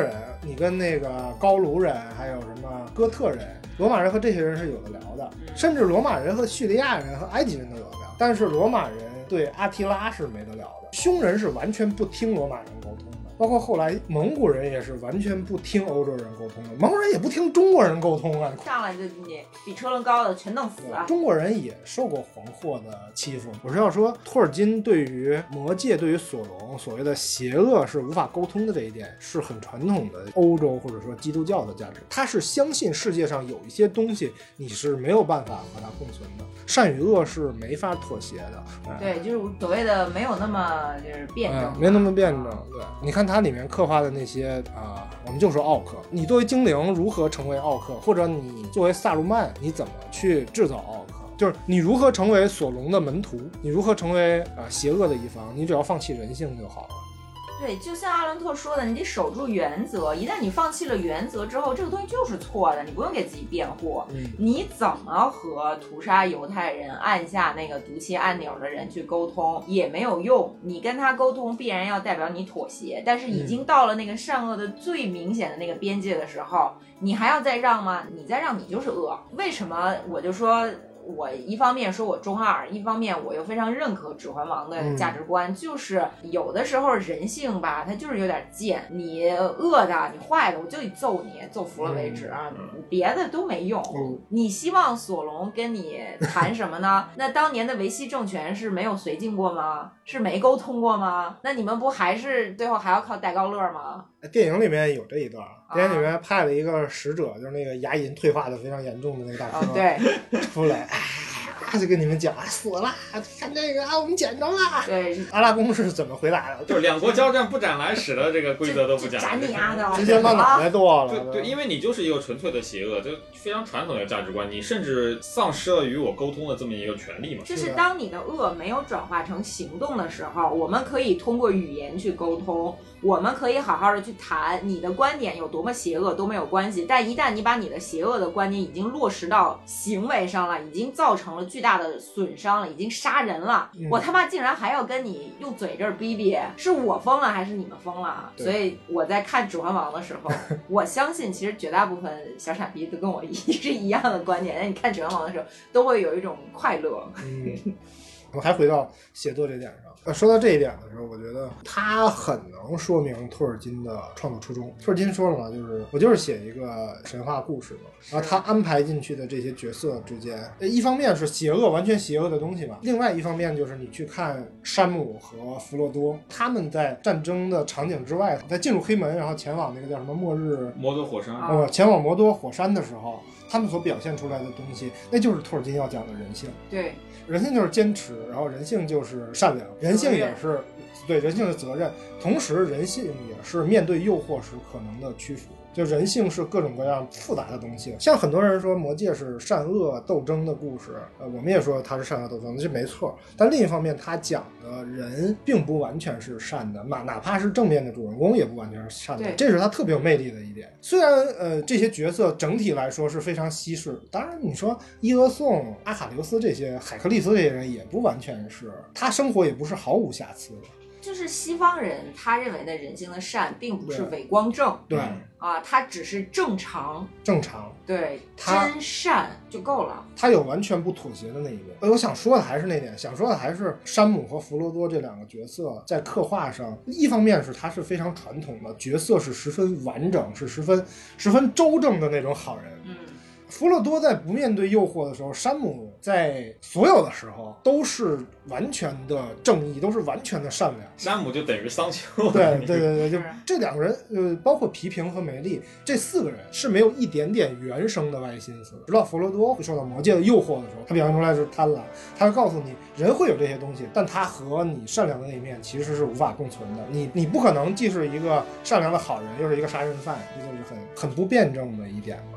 人，你跟那个高卢人还有什么哥特人，罗马人和这些人是有的聊的，甚至罗马人和叙利亚人和埃及人都有的聊，但是罗马人对阿提拉是没得聊的，匈人是完全不听罗马人沟通的，包括后来蒙古人也是完全不听欧洲人沟通的，蒙古人也不听中国人沟通啊， 上来就你比车轮高的全弄死了。 中国人也受过黄祸的欺负。我是要说，托尔金对于魔戒、对于索隆所谓的邪恶是无法沟通的这一点，是很传统的欧洲或者说基督教的价值。他是相信世界上有一些东西你是没有办法和它共存的，善与恶是没法妥协的。 对，就是所谓的没有那么就是辩证， 没那么辩证。对，你看它里面刻画的那些我们就说奥克，你作为精灵如何成为奥克，或者你作为萨鲁曼你怎么去制造奥克，就是你如何成为索隆的门徒，你如何成为邪恶的一方，你只要放弃人性就好了。 对，就像阿伦特说的，你得守住原则，一旦你放弃了原则之后，这个东西就是错的，你不用给自己辩护。你怎么和屠杀犹太人按下那个毒气按钮的人去沟通也没有用，你跟他沟通必然要代表你妥协，但是已经到了那个善恶的最明显的那个边界的时候，你还要再让吗？你再让你就是恶。为什么我就说我一方面说我中二，一方面我又非常认可指环王的价值观，就是有的时候人性吧，它就是有点贱，你恶的你坏的我就得揍你，揍服了为止，别的都没用。你希望索隆跟你谈什么呢？那当年的维希政权是没有绥靖过吗？是没沟通过吗？那你们不还是最后还要靠戴高乐吗？ 电影里面有这一段，电影里面派了一个使者，就是那个牙龈退化的非常严重的那个大哥， 对， 出来，就跟你们讲死了，看这个我们捡着了。对，阿拉贡是怎么回答的？ 就是两国交战不斩来使的这个规则都不讲， 斩你丫的， 直接把脑袋剁了。 对，因为你就是一个纯粹的邪恶，就非常传统的价值观，你甚至丧失了与我沟通的这么一个权利嘛。 就是当你的恶没有转化成行动的时候，我们可以通过语言去沟通，我们可以好好的去谈你的观点有多么邪恶都没有关系，但一旦你把你的邪恶的观点已经落实到行为上了，已经造成了巨大的损伤了，已经杀人了，我他妈竟然还要跟你用嘴这儿逼逼，是我疯了还是你们疯了？所以我在看指环王的时候我相信其实绝大部分小傻逼都跟我是一样的观点，但你看指环王的时候都会有一种快乐。 我们还回到写作这点上，说到这一点的时候，我觉得他很能说明托尔金的创作初衷。托尔金说了嘛，我就是写一个神话故事嘛，然后他安排进去的这些角色之间，一方面是邪恶，完全邪恶的东西嘛，另外一方面就是你去看山姆和弗洛多，他们在战争的场景之外，在进入黑门，然后前往那个叫什么末日摩多火山， 前往摩多火山的时候，他们所表现出来的东西，那就是托尔金要讲的人性。 对， 人性就是坚持，然后人性就是善良，人性也是对，人性是责任，同时人性也是面对诱惑时可能的屈服。就人性是各种各样复杂的东西，像很多人说魔戒是善恶斗争的故事，我们也说它是善恶斗争，这没错。但另一方面，他讲的人并不完全是善的，哪怕是正面的主人公也不完全是善的，这是他特别有魅力的一点。虽然这些角色整体来说是非常稀释，当然你说伊俄宋、阿卡琉斯这些、海克力斯这些人也不完全是，他生活也不是毫无瑕疵的。 就是西方人他认为的人性的善并不是伪光正， 对啊，他只是正常，对，真善就够了。 他有完全不妥协的那一面。我想说的还是那点，想说的还是山姆和弗罗多这两个角色在刻画上，一方面是他是非常传统的角色，是十分完整，是十分周正的那种好人。弗洛多在不面对诱惑的时候，山姆在所有的时候都是完全的正义，都是完全的善良。 山姆就等于桑丘。 对，就这两个人，包括皮平和梅丽这四个人是没有一点点原生的歪心思。直到弗罗多会受到魔戒的诱惑的时候，他表现出来是贪婪，他会告诉你人会有这些东西，但他和你善良的那一面其实是无法共存的。你不可能既是一个善良的好人，又是一个杀人犯，这就是很不辩证的一点嘛。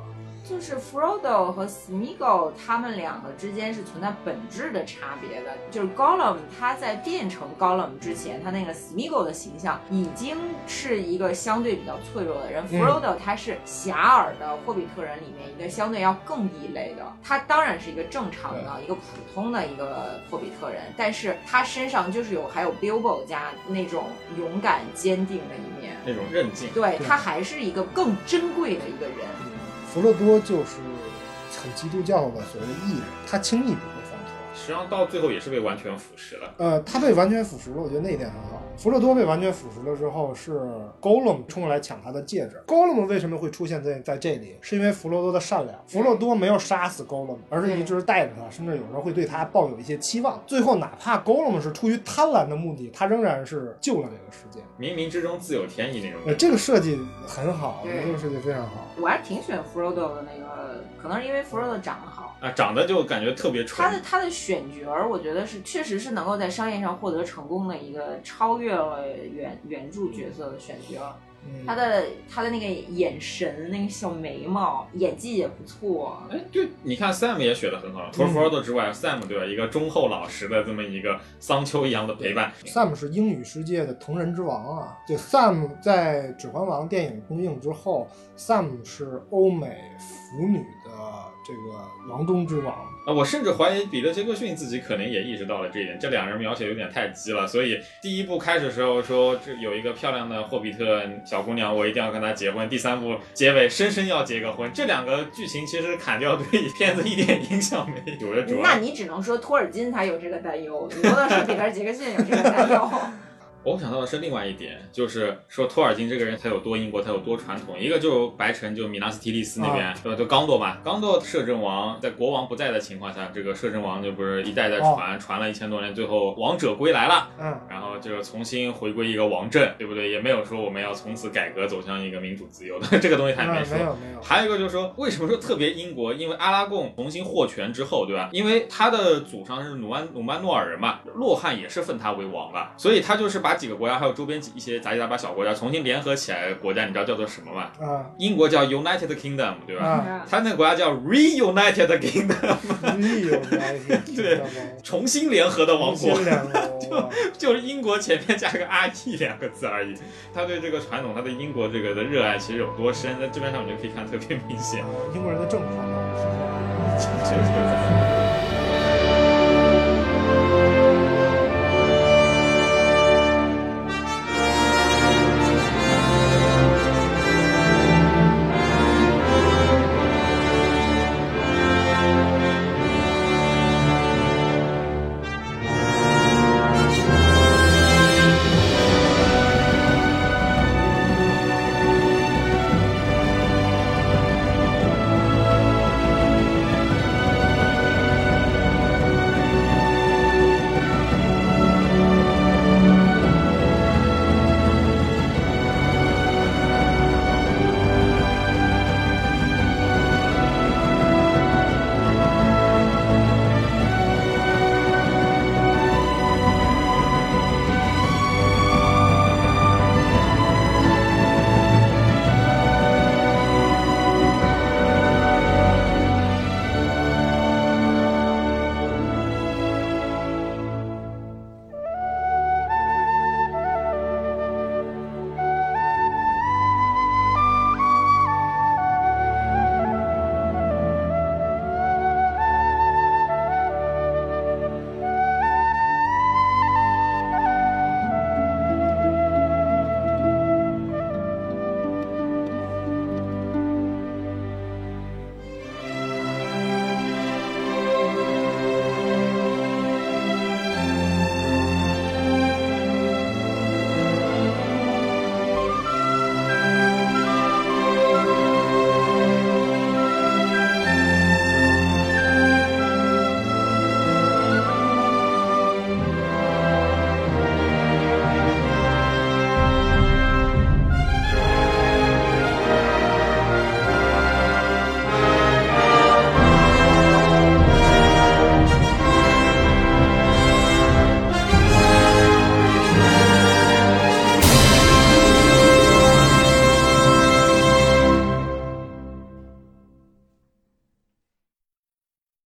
就是 Frodo 和 Smeagol 他们两个之间是存在本质的差别的。就是 Gollum 他在变成 Gollum 之前，他那个 Smeagol 的形象已经是一个相对比较脆弱的人。Frodo 他是遐迩的霍比特人里面一个相对要更异类的，他当然是一个正常的一个普通的一个霍比特人，但是他身上就是还有 Bilbo 家那种勇敢坚定的一面， 那种韧劲。 对，他还是一个更珍贵的一个人。 弗罗多就是很基督教的所谓的艺人，他轻易不会犯错。 实际上到最后也是被完全腐蚀了。 他被完全腐蚀了，我觉得那一点很好。弗罗多被完全腐蚀了之后，是 Gollum 冲过来抢他的戒指。Gollum 为什么会出现在这里？是因为弗罗多的善良。弗罗多没有杀死 Gollum， 而是一直带着他，甚至有时候会对他抱有一些期望。最后，哪怕 Gollum 是出于贪婪的目的，他仍然是救了这个世界。 冥冥之中自有天意那种。 这个设计很好，这个设计非常好。 我还挺喜欢 Frodo 的那个，可能是因为 Frodo 长得好啊，长得就感觉特别纯。 他的选角，我觉得确实是能够在商业上获得成功的一个超越了原著角色的选角。他的那个眼神，那个小眉毛，演技也不错。 哎，对，你看 Sam 也选得很好，除了 Frodo 之外，Sam 对吧，一个忠厚老实的这么一个桑丘一样的陪伴。 Sam 是英语世界的同人之王啊！就 Sam 在《指环王》电影公映之后 ，Sam 是欧美腐女的这个王中之王。 我甚至怀疑彼得·杰克逊自己可能也意识到了这一点，这两人描写有点太激了，所以第一部开始的时候说这有一个漂亮的霍比特小姑娘，我一定要跟她结婚，第三部结尾深深要结个婚，这两个剧情其实砍掉对片子一点影响没有的。 那你只能说托尔金他有这个担忧，你不能说彼得·杰克逊有这个担忧。 我想到的是另外一点，就是说托尔金这个人他有多英国，他有多传统。一个就白城，就米纳斯提利斯那边，对吧？就刚铎嘛，刚铎摄政王在国王不在的情况下，这个摄政王就不是一代代传了1000多年，最后王者归来了，然后就重新回归一个王政，对不对？也没有说我们要从此改革走向一个民主自由的这个东西他也没说。 没有。 还有一个就是说，为什么说特别英国？因为阿拉贡重新获权之后，对吧？因为他的祖上是努曼诺尔人嘛，洛汗也是封他为王了，所以他就是把几个国家还有周边一些杂七杂八小国家重新联合起来，国家你知道叫做什么吗？英国叫 United Kingdom， 对吧？他那个国家叫 Reunited Kingdom， 对，重新联合的王国，就是英国前面加个 RE 2个字而已。他对这个传统，他对英国这个的热爱其实有多深，在这边上你就可以看特别明显。 英国人的政治传统是这样。 确实